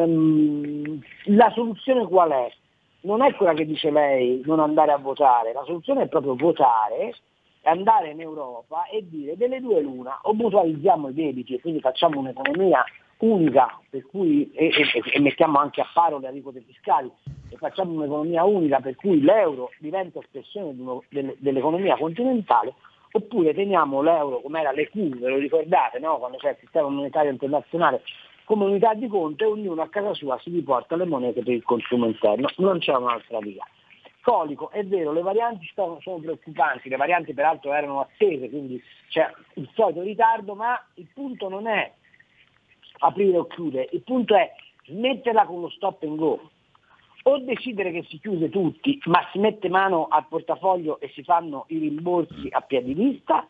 Ehm, la soluzione qual è? Non è quella che dice lei, non andare a votare, la soluzione è proprio votare, andare in Europa e dire delle due l'una, o mutualizziamo i debiti e quindi facciamo un'economia unica, per cui e, e, e mettiamo anche a paro le aliquote fiscali e facciamo un'economia unica per cui l'euro diventa espressione di uno, delle, dell'economia continentale, oppure teniamo l'euro come era l'E Q, ve lo ricordate, no? Quando c'è il sistema monetario internazionale come unità di conto e ognuno a casa sua si riporta le monete per il consumo interno, non c'è un'altra via. Colico, è vero, le varianti sono, sono preoccupanti, le varianti peraltro erano attese, quindi c'è il solito ritardo, ma il punto non è aprire o chiudere, il punto è smetterla con lo stop and go, o decidere che si chiude tutti, ma si mette mano al portafoglio e si fanno i rimborsi a piè di lista,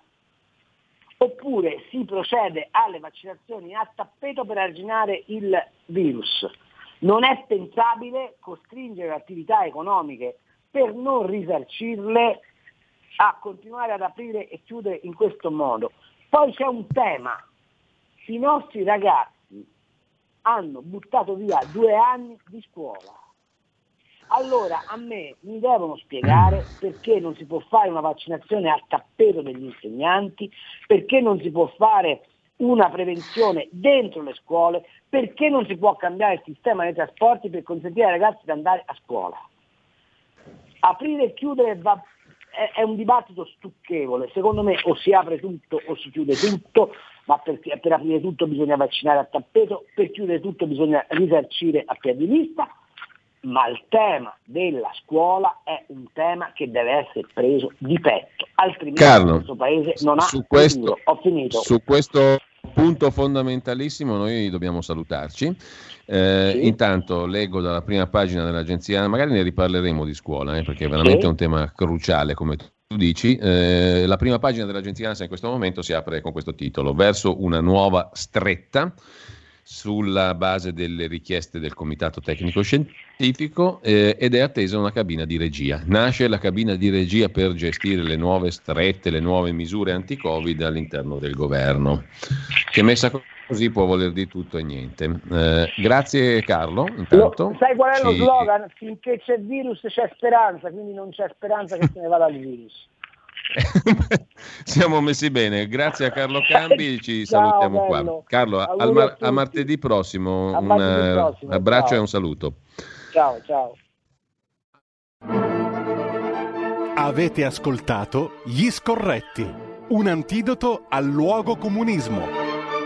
oppure si procede alle vaccinazioni a tappeto per arginare il virus. Non è pensabile costringere le attività economiche per non risarcirle a continuare ad aprire e chiudere in questo modo. Poi c'è un tema, i nostri ragazzi hanno buttato via due anni di scuola. Allora a me mi devono spiegare perché non si può fare una vaccinazione a tappeto degli insegnanti, perché non si può fare una prevenzione dentro le scuole, perché non si può cambiare il sistema dei trasporti per consentire ai ragazzi di andare a scuola. Aprire e chiudere va, è, è un dibattito stucchevole, secondo me o si apre tutto o si chiude tutto, ma per, per aprire tutto bisogna vaccinare a tappeto, per chiudere tutto bisogna risarcire a piè di lista, ma il tema della scuola è un tema che deve essere preso di petto, altrimenti Carlo, questo paese non ha su questo, futuro. Ho finito. Su questo punto fondamentalissimo noi dobbiamo salutarci. Eh, sì. Intanto leggo dalla prima pagina dell'agenzia, magari ne riparleremo di scuola, eh, perché è veramente sì. un tema cruciale, come tu dici. Eh, la prima pagina dell'agenzia ANSA in questo momento si apre con questo titolo: verso una nuova stretta, sulla base delle richieste del Comitato Tecnico Scientifico, eh, ed è attesa una cabina di regia. Nasce la cabina di regia per gestire le nuove strette, le nuove misure anti-Covid all'interno del governo, che messa così può voler dire tutto e niente. Eh, grazie Carlo. Intanto, lo, sai qual è ci... lo slogan? Finché c'è virus c'è speranza, quindi non c'è speranza che se ne vada il virus. Siamo messi bene, grazie a Carlo Cambi, ci ciao, salutiamo bello. Qua. Carlo, al mar- a, a martedì prossimo, a un martedì prossimo, abbraccio ciao. E un saluto. Ciao, ciao. Avete ascoltato Gli Scorretti, un antidoto al luogo comunismo.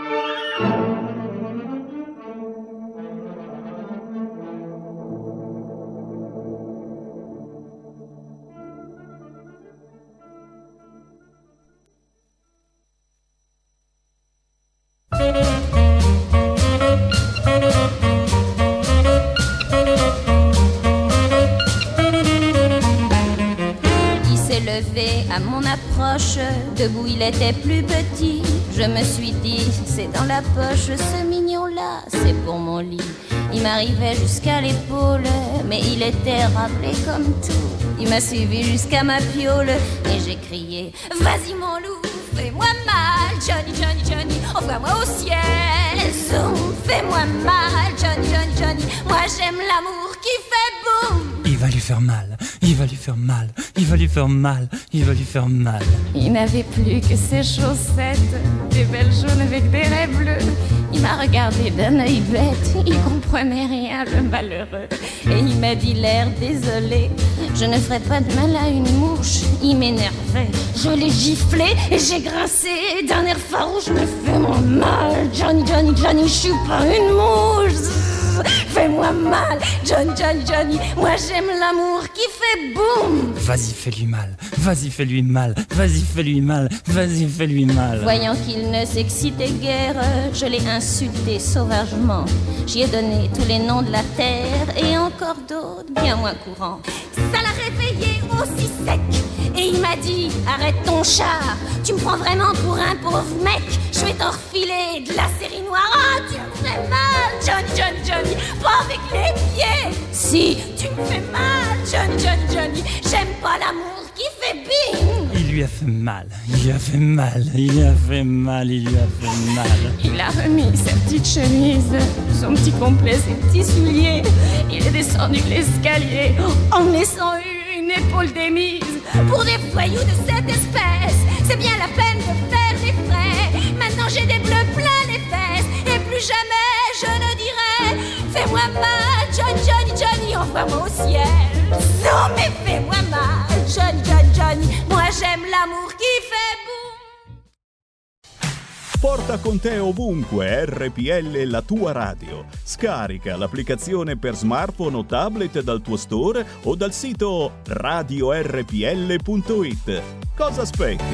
À mon approche, debout il était plus petit. Je me suis dit, c'est dans la poche, ce mignon-là, c'est pour mon lit. Il m'arrivait jusqu'à l'épaule, mais il était râpé comme tout. Il m'a suivi jusqu'à ma piole et j'ai crié: vas-y mon loup, fais-moi mal, Johnny, Johnny, Johnny, envoie-moi au ciel. Zoom, fais-moi mal, Johnny, Johnny, Johnny, moi j'aime l'amour qui fait boum. Il va lui faire mal, il va lui faire mal, il va lui faire mal, il va lui faire mal. Il n'avait plus que ses chaussettes, des belles jaunes avec des raies bleues. Il m'a regardé d'un œil bête, il comprenait rien, le malheureux. Et il m'a dit l'air désolé: je ne ferai pas de mal à une mouche. Il m'énervait, je l'ai giflé et j'ai grincé d'un air farouche: me fais-moi mal, Johnny, Johnny, Johnny, je suis pas une mouche. Fais-moi mal, Johnny, Johnny, Johnny, moi j'aime l'amour qui fait boum. Vas-y, fais-lui mal, vas-y, fais-lui mal, vas-y, fais-lui mal, vas-y, fais-lui mal. Voyant qu'il ne s'excitait guère, je l'ai insulté sauvagement. J'y ai donné tous les noms de la terre et encore d'autres bien moins courants. Ça l'a réveillé aussi sec et il m'a dit: arrête ton char, tu me prends vraiment pour un pauvre mec. Je vais t'en refiler de la série noire. Ah, tu me fais mal, Johnny, Johnny, Johnny, pas avec les pieds. Si, tu me fais mal, Johnny, Johnny, Johnny, j'aime pas l'amour qui fait bing. Il lui a fait mal, il lui a fait mal, il lui a fait mal, il lui a fait mal. Il a remis sa petite chemise, son petit complet, ses petits souliers. Il est descendu l'escalier en me laissant une épaule démise. Pour des voyous de cette espèce, c'est bien la peine de faire des frais. Maintenant j'ai des bleus plein les fesses et plus jamais je ne dirai: fais-moi mal, Johnny, Johnny, Johnny, envoie-moi au ciel. Non mais fais-moi mal, Johnny, Johnny, Johnny, moi j'aime l'amour qui fait boum. Porta con te ovunque R P L, la tua radio. Scarica l'applicazione per smartphone o tablet dal tuo store o dal sito radio R P L punto it. Cosa aspetti?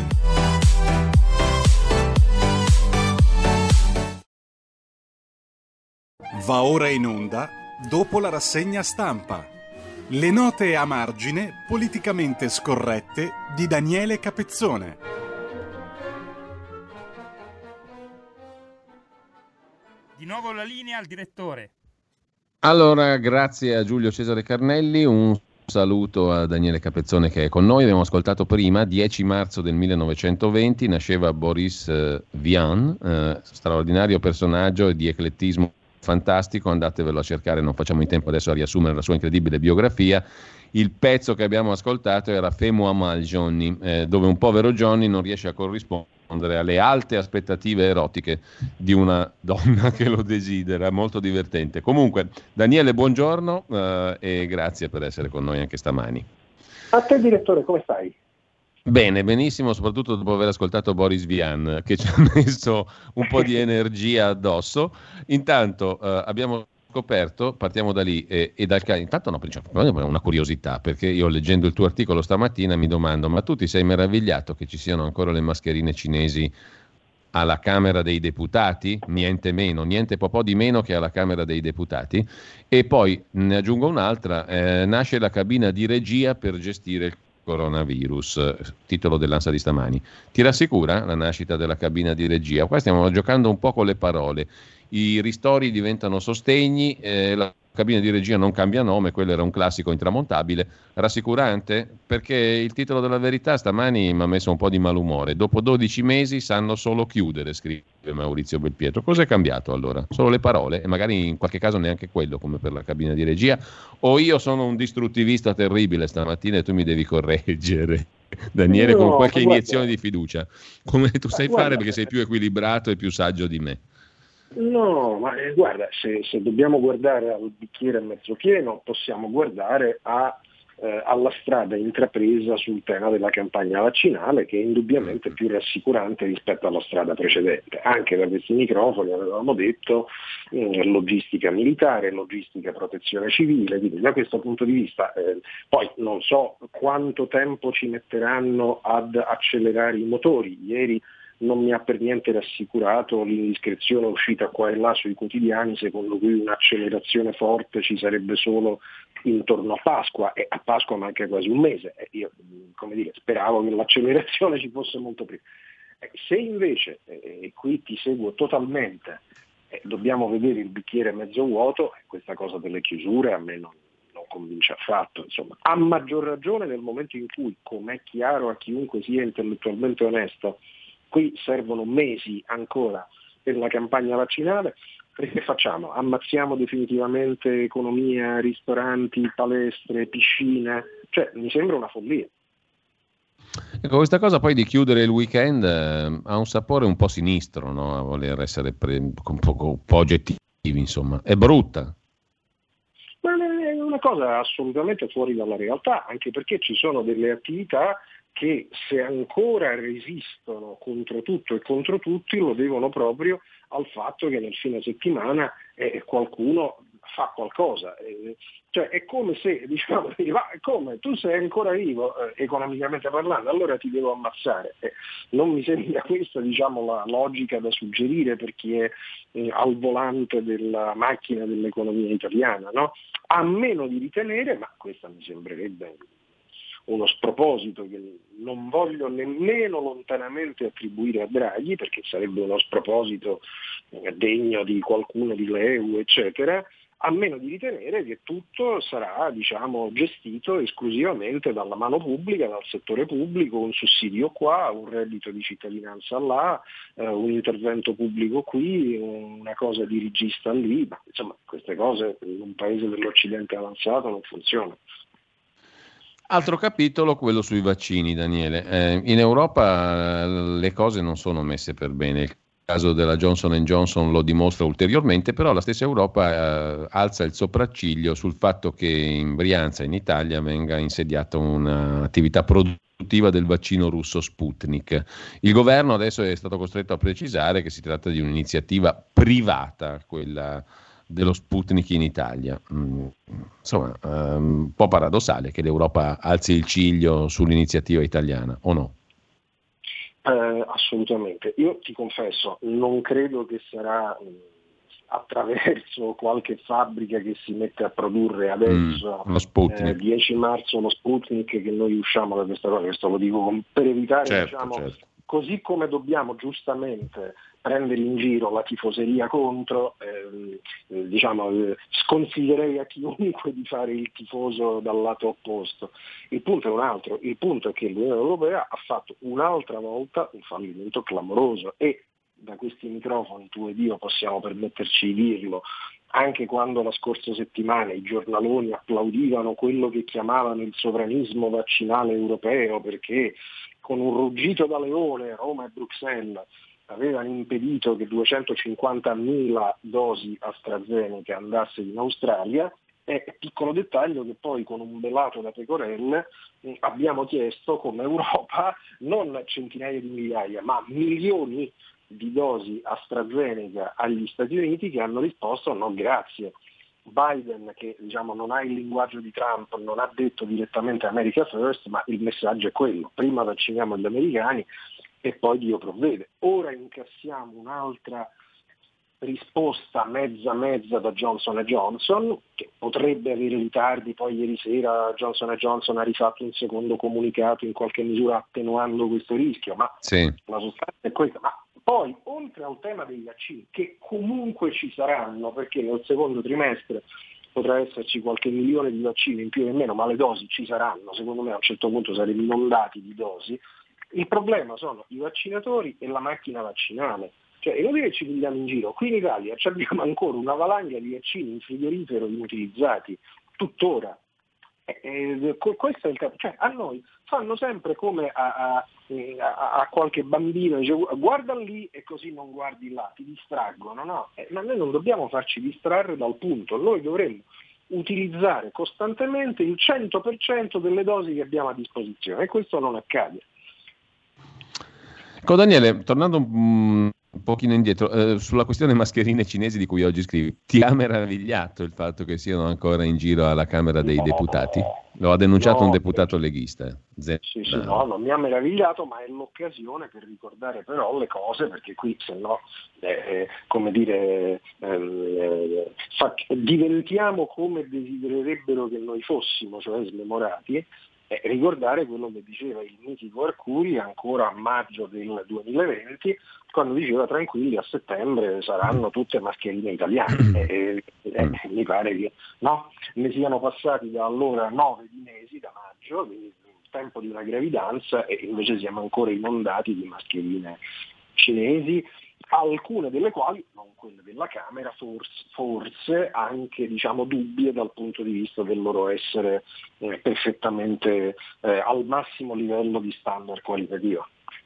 Va ora in onda, dopo la rassegna stampa, le note a margine politicamente scorrette di Daniele Capezzone. Di nuovo la linea al direttore. Allora, grazie a Giulio Cesare Carnelli, un saluto a Daniele Capezzone che è con noi. Abbiamo ascoltato prima, dieci marzo del millenovecentoventi, nasceva Boris eh, Vian, eh, straordinario personaggio di eclettismo fantastico, andatevelo a cercare, non facciamo in tempo adesso a riassumere la sua incredibile biografia. Il pezzo che abbiamo ascoltato era Fais-moi mal Johnny, eh, dove un povero Johnny non riesce a corrispondere alle alte aspettative erotiche di una donna che lo desidera. Molto divertente. Comunque, Daniele, buongiorno eh, e grazie per essere con noi anche stamani. A te direttore, come stai? Bene, benissimo, soprattutto dopo aver ascoltato Boris Vian che ci ha messo un po' di energia addosso. Intanto eh, abbiamo scoperto, partiamo da lì e, e dal caso, intanto no, una curiosità, perché io leggendo il tuo articolo stamattina mi domando: ma tu ti sei meravigliato che ci siano ancora le mascherine cinesi alla Camera dei Deputati? Niente meno, niente po' po' di meno che alla Camera dei Deputati. E poi ne aggiungo un'altra, eh, nasce la cabina di regia per gestire il coronavirus, titolo dell'Ansa di stamani. Ti rassicura la nascita della cabina di regia? Qua stiamo giocando un po' con le parole. I ristori diventano sostegni, eh, la cabina di regia non cambia nome, quello era un classico intramontabile. Rassicurante? Perché il titolo della Verità stamani mi ha messo un po' di malumore. Dopo dodici mesi sanno solo chiudere, scrive Maurizio Belpietro. Cosa è cambiato allora? Solo le parole? E magari in qualche caso neanche quello, come per la cabina di regia? O io sono un distruttivista terribile stamattina e tu mi devi correggere, Daniele, no, con qualche guarda, iniezione di fiducia, come tu sai guarda, fare, perché sei più equilibrato e più saggio di me. No, ma eh, guarda, se, se dobbiamo guardare al bicchiere mezzo pieno, possiamo guardare a, eh, alla strada intrapresa sul tema della campagna vaccinale, che è indubbiamente più rassicurante rispetto alla strada precedente. Anche da questi microfoni avevamo detto eh, logistica militare, logistica protezione civile, quindi da questo punto di vista eh, poi non so quanto tempo ci metteranno ad accelerare i motori. Ieri non mi ha per niente rassicurato l'indiscrezione uscita qua e là sui quotidiani secondo cui un'accelerazione forte ci sarebbe solo intorno a Pasqua, e a Pasqua manca quasi un mese. E io, come dire, speravo che l'accelerazione ci fosse molto prima. Se invece, e qui ti seguo totalmente, Eh, dobbiamo vedere il bicchiere mezzo vuoto, e questa cosa delle chiusure a me non, non convince affatto. Insomma, a maggior ragione nel momento in cui, come è chiaro a chiunque sia intellettualmente onesto, qui servono mesi ancora per la campagna vaccinale. Che facciamo? Ammazziamo definitivamente economia, ristoranti, palestre, piscine? Cioè, mi sembra una follia. Ecco, questa cosa poi di chiudere il weekend eh, ha un sapore un po' sinistro, no? A voler essere pre- un, po', un po' oggettivi, insomma. È brutta. Ma è una cosa assolutamente fuori dalla realtà, anche perché ci sono delle attività che, se ancora resistono contro tutto e contro tutti, lo devono proprio al fatto che nel fine settimana eh, qualcuno fa qualcosa. Eh, cioè è come se, diciamo, ma come tu sei ancora vivo eh, economicamente parlando, allora ti devo ammazzare. Eh, non mi sembra questa, diciamo, la logica da suggerire per chi è eh, al volante della macchina dell'economia italiana, no? A meno di ritenere, ma questa mi sembrerebbe uno sproposito che non voglio nemmeno lontanamente attribuire a Draghi, perché sarebbe uno sproposito degno di qualcuno di L'E U, eccetera, a meno di ritenere che tutto sarà, diciamo, gestito esclusivamente dalla mano pubblica, dal settore pubblico, un sussidio qua, un reddito di cittadinanza là, eh, un intervento pubblico qui, una cosa dirigista lì, ma insomma queste cose in un paese dell'Occidente avanzato non funzionano. Altro capitolo, quello sui vaccini, Daniele. Eh, in Europa eh, le cose non sono messe per bene. Il caso della Johnson and Johnson lo dimostra ulteriormente, però la stessa Europa eh, alza il sopracciglio sul fatto che in Brianza, in Italia, venga insediata un'attività produttiva del vaccino russo Sputnik. Il governo adesso è stato costretto a precisare che si tratta di un'iniziativa privata, quella dello Sputnik in Italia. Mm, insomma, um, un po' paradossale che l'Europa alzi il ciglio sull'iniziativa italiana, o no? Eh, assolutamente. Io ti confesso, non credo che sarà mh, attraverso qualche fabbrica che si mette a produrre adesso, mm, lo Sputnik. Eh, dieci marzo lo Sputnik, che noi usciamo da questa cosa. Questo lo dico per evitare, certo, diciamo, certo. Così come dobbiamo giustamente prendere in giro la tifoseria contro, ehm, eh, diciamo, eh, sconsiglierei a chiunque di fare il tifoso dal lato opposto. Il punto è un altro, il punto è che l'Unione Europea ha fatto un'altra volta un fallimento clamoroso, e da questi microfoni tu ed io possiamo permetterci di dirlo, anche quando la scorsa settimana i giornaloni applaudivano quello che chiamavano il sovranismo vaccinale europeo, perché con un ruggito da leone Roma e Bruxelles avevano impedito che duecentocinquantamila dosi AstraZeneca andassero in Australia. E piccolo dettaglio che poi con un belato da pecorelle eh, abbiamo chiesto come Europa non centinaia di migliaia ma milioni di dosi AstraZeneca agli Stati Uniti, che hanno risposto no grazie. Biden, che diciamo non ha il linguaggio di Trump, non ha detto direttamente America First, ma il messaggio è quello: prima vacciniamo gli americani e poi Dio provvede. Ora incassiamo un'altra risposta mezza mezza da Johnson and Johnson, che potrebbe avere ritardi. Poi ieri sera Johnson and Johnson ha rifatto un secondo comunicato, in qualche misura attenuando questo rischio, ma sì. La sostanza è questa. Ma poi, oltre al tema dei vaccini, che comunque ci saranno, perché nel secondo trimestre potrà esserci qualche milione di vaccini in più o in meno, ma le dosi ci saranno, secondo me a un certo punto saremo inondati di dosi. Il problema sono i vaccinatori e la macchina vaccinale. Cioè, è inutile che ci pigliamo in giro. Qui in Italia abbiamo ancora una valanga di vaccini in frigorifero inutilizzati, tuttora. E, questo è il caso. Cioè, a noi fanno sempre come a, a, a, a qualche bambino, dice, guarda lì e così non guardi là, ti distraggono, no? Eh, ma noi non dobbiamo farci distrarre dal punto, noi dovremmo utilizzare costantemente il cento per cento delle dosi che abbiamo a disposizione, e questo non accade. Ecco, Daniele, tornando un, un pochino indietro, eh, sulla questione mascherine cinesi di cui oggi scrivi, ti ha meravigliato il fatto che siano ancora in giro alla Camera dei no, Deputati? Lo ha denunciato no, un deputato leghista. Sì, sì, no, non mi ha meravigliato, ma è l'occasione per ricordare però le cose, perché qui se no, eh, come dire, eh, fa, diventiamo come desidererebbero che noi fossimo, cioè smemorati. Eh, ricordare quello che diceva il mitico Arcuri ancora a maggio del duemilaventi, quando diceva tranquilli, a settembre saranno tutte mascherine italiane. E, e, e, mi pare che no, ne siano passati da allora nove mesi, da maggio, quindi il tempo di una gravidanza, e invece siamo ancora inondati di mascherine cinesi, alcune delle quali, non quelle della Camera, forse, forse anche diciamo dubbie dal punto di vista del loro essere eh, perfettamente eh, al massimo livello di standard qualitativo.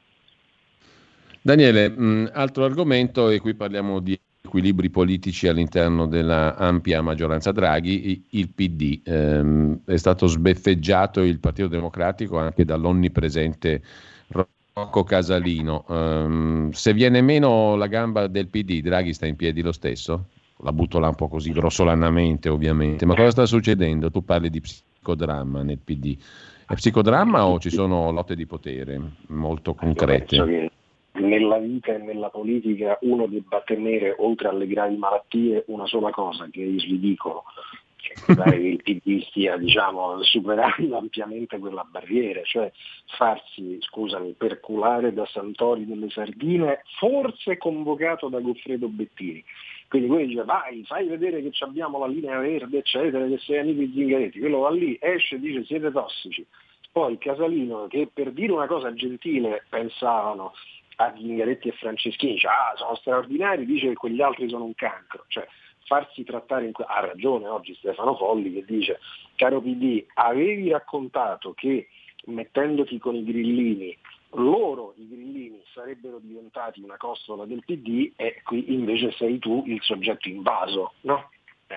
Daniele, mh, altro argomento, e qui parliamo di equilibri politici all'interno della ampia maggioranza Draghi. Il P D ehm, è stato sbeffeggiato il Partito Democratico anche dall'onnipresente Rocco Casalino. Um, se viene meno la gamba del P D, Draghi sta in piedi lo stesso? La butto là un po' così grossolanamente, ovviamente, ma cosa sta succedendo? Tu parli di psicodramma nel P D. È psicodramma o ci sono lotte di potere molto concrete? Io penso che nella vita e nella politica uno debba temere, oltre alle gravi malattie, una sola cosa, che è il ridicolo. Che il P D stia, diciamo, superando ampiamente quella barriera, cioè farsi, scusami, perculare da Santori delle Sardine, forse convocato da Goffredo Bettini. Quindi quello dice vai, fai vedere che abbiamo la linea verde, eccetera, che sei amico di Zingaretti. Quello va lì, esce e dice siete tossici. Poi Casalino, che per dire una cosa gentile pensavano a Zingaretti e Franceschini, dice ah, sono straordinari, dice che quegli altri sono un cancro. Cioè, farsi trattare in que- ha ragione oggi Stefano Folli che dice caro P D, avevi raccontato che mettendoti con i grillini loro i grillini sarebbero diventati una costola del P D, e qui invece sei tu il soggetto invaso, no? Eh.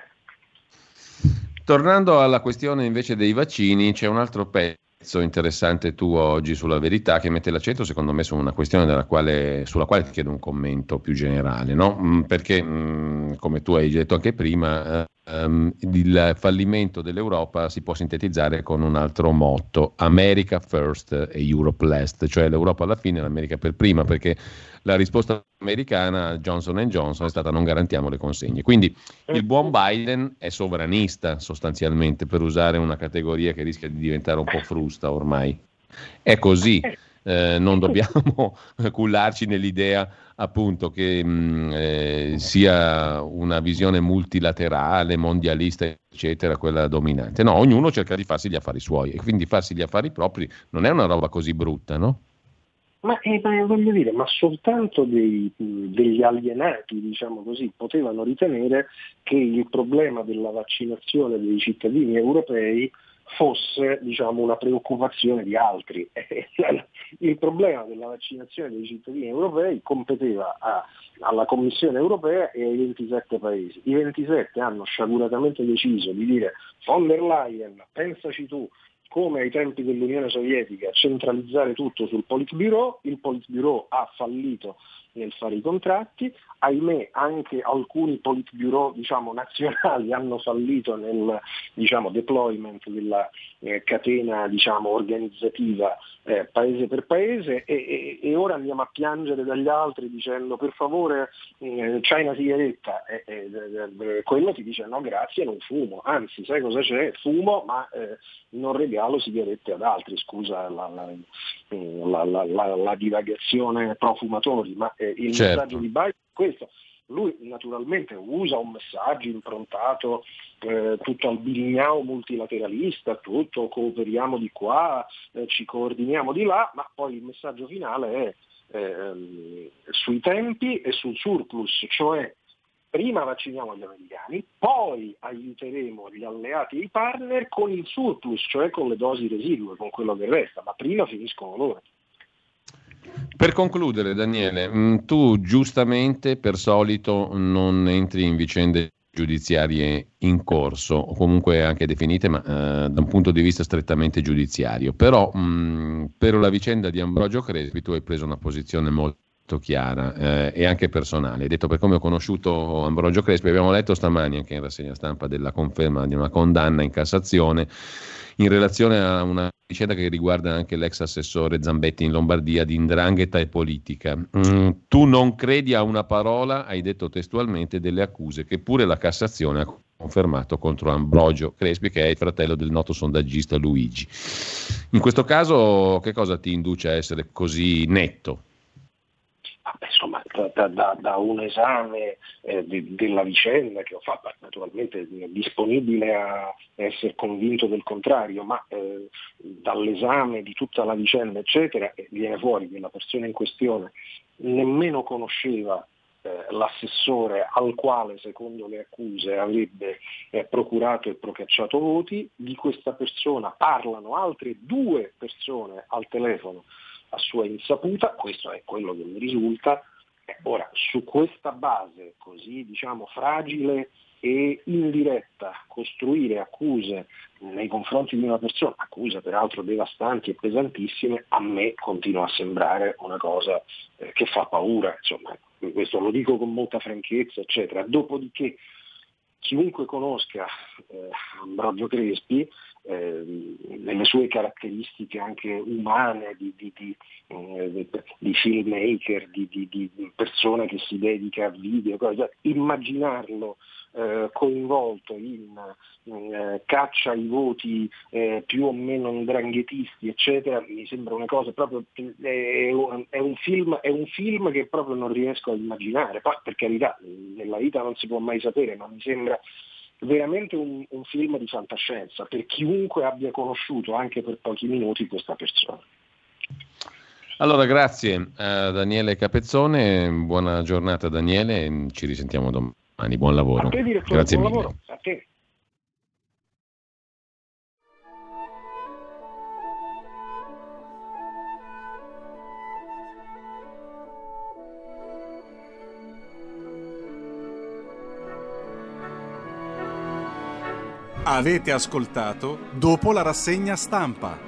Tornando alla questione invece dei vaccini, c'è un altro pezzo interessante tuo oggi sulla Verità che mette l'accento secondo me su una questione della quale, sulla quale ti chiedo un commento più generale, no? Perché mh, come tu hai detto anche prima eh, um, il fallimento dell'Europa si può sintetizzare con un altro motto: America first e Europe last, cioè l'Europa alla fine e l'America per prima, perché la risposta americana Johnson and Johnson è stata non garantiamo le consegne. Quindi il buon Biden è sovranista sostanzialmente, per usare una categoria che rischia di diventare un po' frusta ormai. È così, eh, non dobbiamo cullarci nell'idea appunto che mh, eh, sia una visione multilaterale, mondialista, eccetera, quella dominante. No, ognuno cerca di farsi gli affari suoi, e quindi farsi gli affari propri non è una roba così brutta, no? Ma, eh, ma voglio dire, ma soltanto dei, degli alienati, diciamo così, potevano ritenere che il problema della vaccinazione dei cittadini europei fosse, diciamo, una preoccupazione di altri. Il problema della vaccinazione dei cittadini europei competeva a, alla Commissione europea e ai ventisette paesi. I ventisette hanno sciaguratamente deciso di dire von der Leyen, pensaci tu, come ai tempi dell'Unione Sovietica, centralizzare tutto sul Politburo. Il Politburo ha fallito nel fare i contratti, ahimè anche alcuni Politburo, diciamo, nazionali hanno fallito nel, diciamo, deployment della eh, catena, diciamo, organizzativa eh, paese per paese, e, e, e ora andiamo a piangere dagli altri dicendo per favore eh, c'hai una sigaretta, e, e, e, quello ti dice no grazie, non fumo, anzi sai cosa c'è? Fumo, ma eh, non regalo sigarette ad altri, scusa la, la, la, la, la, la divagazione pro fumatori, ma eh, il certo. messaggio di Biden è questo. Lui naturalmente usa un messaggio improntato eh, tutto al bignao multilateralista, tutto cooperiamo di qua, eh, ci coordiniamo di là, ma poi il messaggio finale è eh, sui tempi e sul surplus, cioè prima vacciniamo gli americani, poi aiuteremo gli alleati e i partner con il surplus, cioè con le dosi residue, con quello che resta, ma prima finiscono loro. Per concludere, Daniele, tu giustamente per solito non entri in vicende giudiziarie in corso, o comunque anche definite, ma eh, da un punto di vista strettamente giudiziario. Però mh, per la vicenda di Ambrogio Crespi tu hai preso una posizione molto chiara eh, e anche personale. Hai detto: per come ho conosciuto Ambrogio Crespi, abbiamo letto stamani anche in rassegna stampa della conferma di una condanna in Cassazione in relazione a una vicenda che riguarda anche l'ex assessore Zambetti in Lombardia di 'ndrangheta e politica. Mm, tu non credi a una parola, hai detto testualmente, delle accuse che pure la Cassazione ha confermato contro Ambrogio Crespi, che è il fratello del noto sondaggista Luigi. In questo caso che cosa ti induce a essere così netto? Ah, beh, insomma, da, da, da un esame eh, de, della vicenda che ho fatto, naturalmente disponibile a essere convinto del contrario, ma eh, dall'esame di tutta la vicenda eccetera viene fuori che la persona in questione nemmeno conosceva eh, l'assessore al quale secondo le accuse avrebbe eh, procurato e procacciato voti. Di questa persona parlano altre due persone al telefono a sua insaputa, questo è quello che mi risulta. Ora, su questa base così diciamo fragile e indiretta, costruire accuse nei confronti di una persona, accuse peraltro devastanti e pesantissime, a me continua a sembrare una cosa eh, che fa paura, insomma, questo lo dico con molta franchezza, eccetera. Dopodiché chiunque conosca eh, Ambrogio Crespi, eh, nelle sue caratteristiche anche umane di, di, di, eh, di filmmaker, di, di, di persona che si dedica a video, cioè, immaginarlo eh, coinvolto in, in eh, caccia ai voti eh, più o meno ndranghetisti, eccetera, mi sembra una cosa proprio, è un, è un film, è un film che proprio non riesco a immaginare. Poi, per carità, nella vita non si può mai sapere, ma mi sembra veramente un, un film di fantascienza per chiunque abbia conosciuto anche per pochi minuti questa persona. Allora, grazie a Daniele Capezzone, buona giornata Daniele, ci risentiamo domani, buon lavoro. A te, direttore, grazie buon mille. lavoro. A te. Avete ascoltato Dopo la rassegna stampa,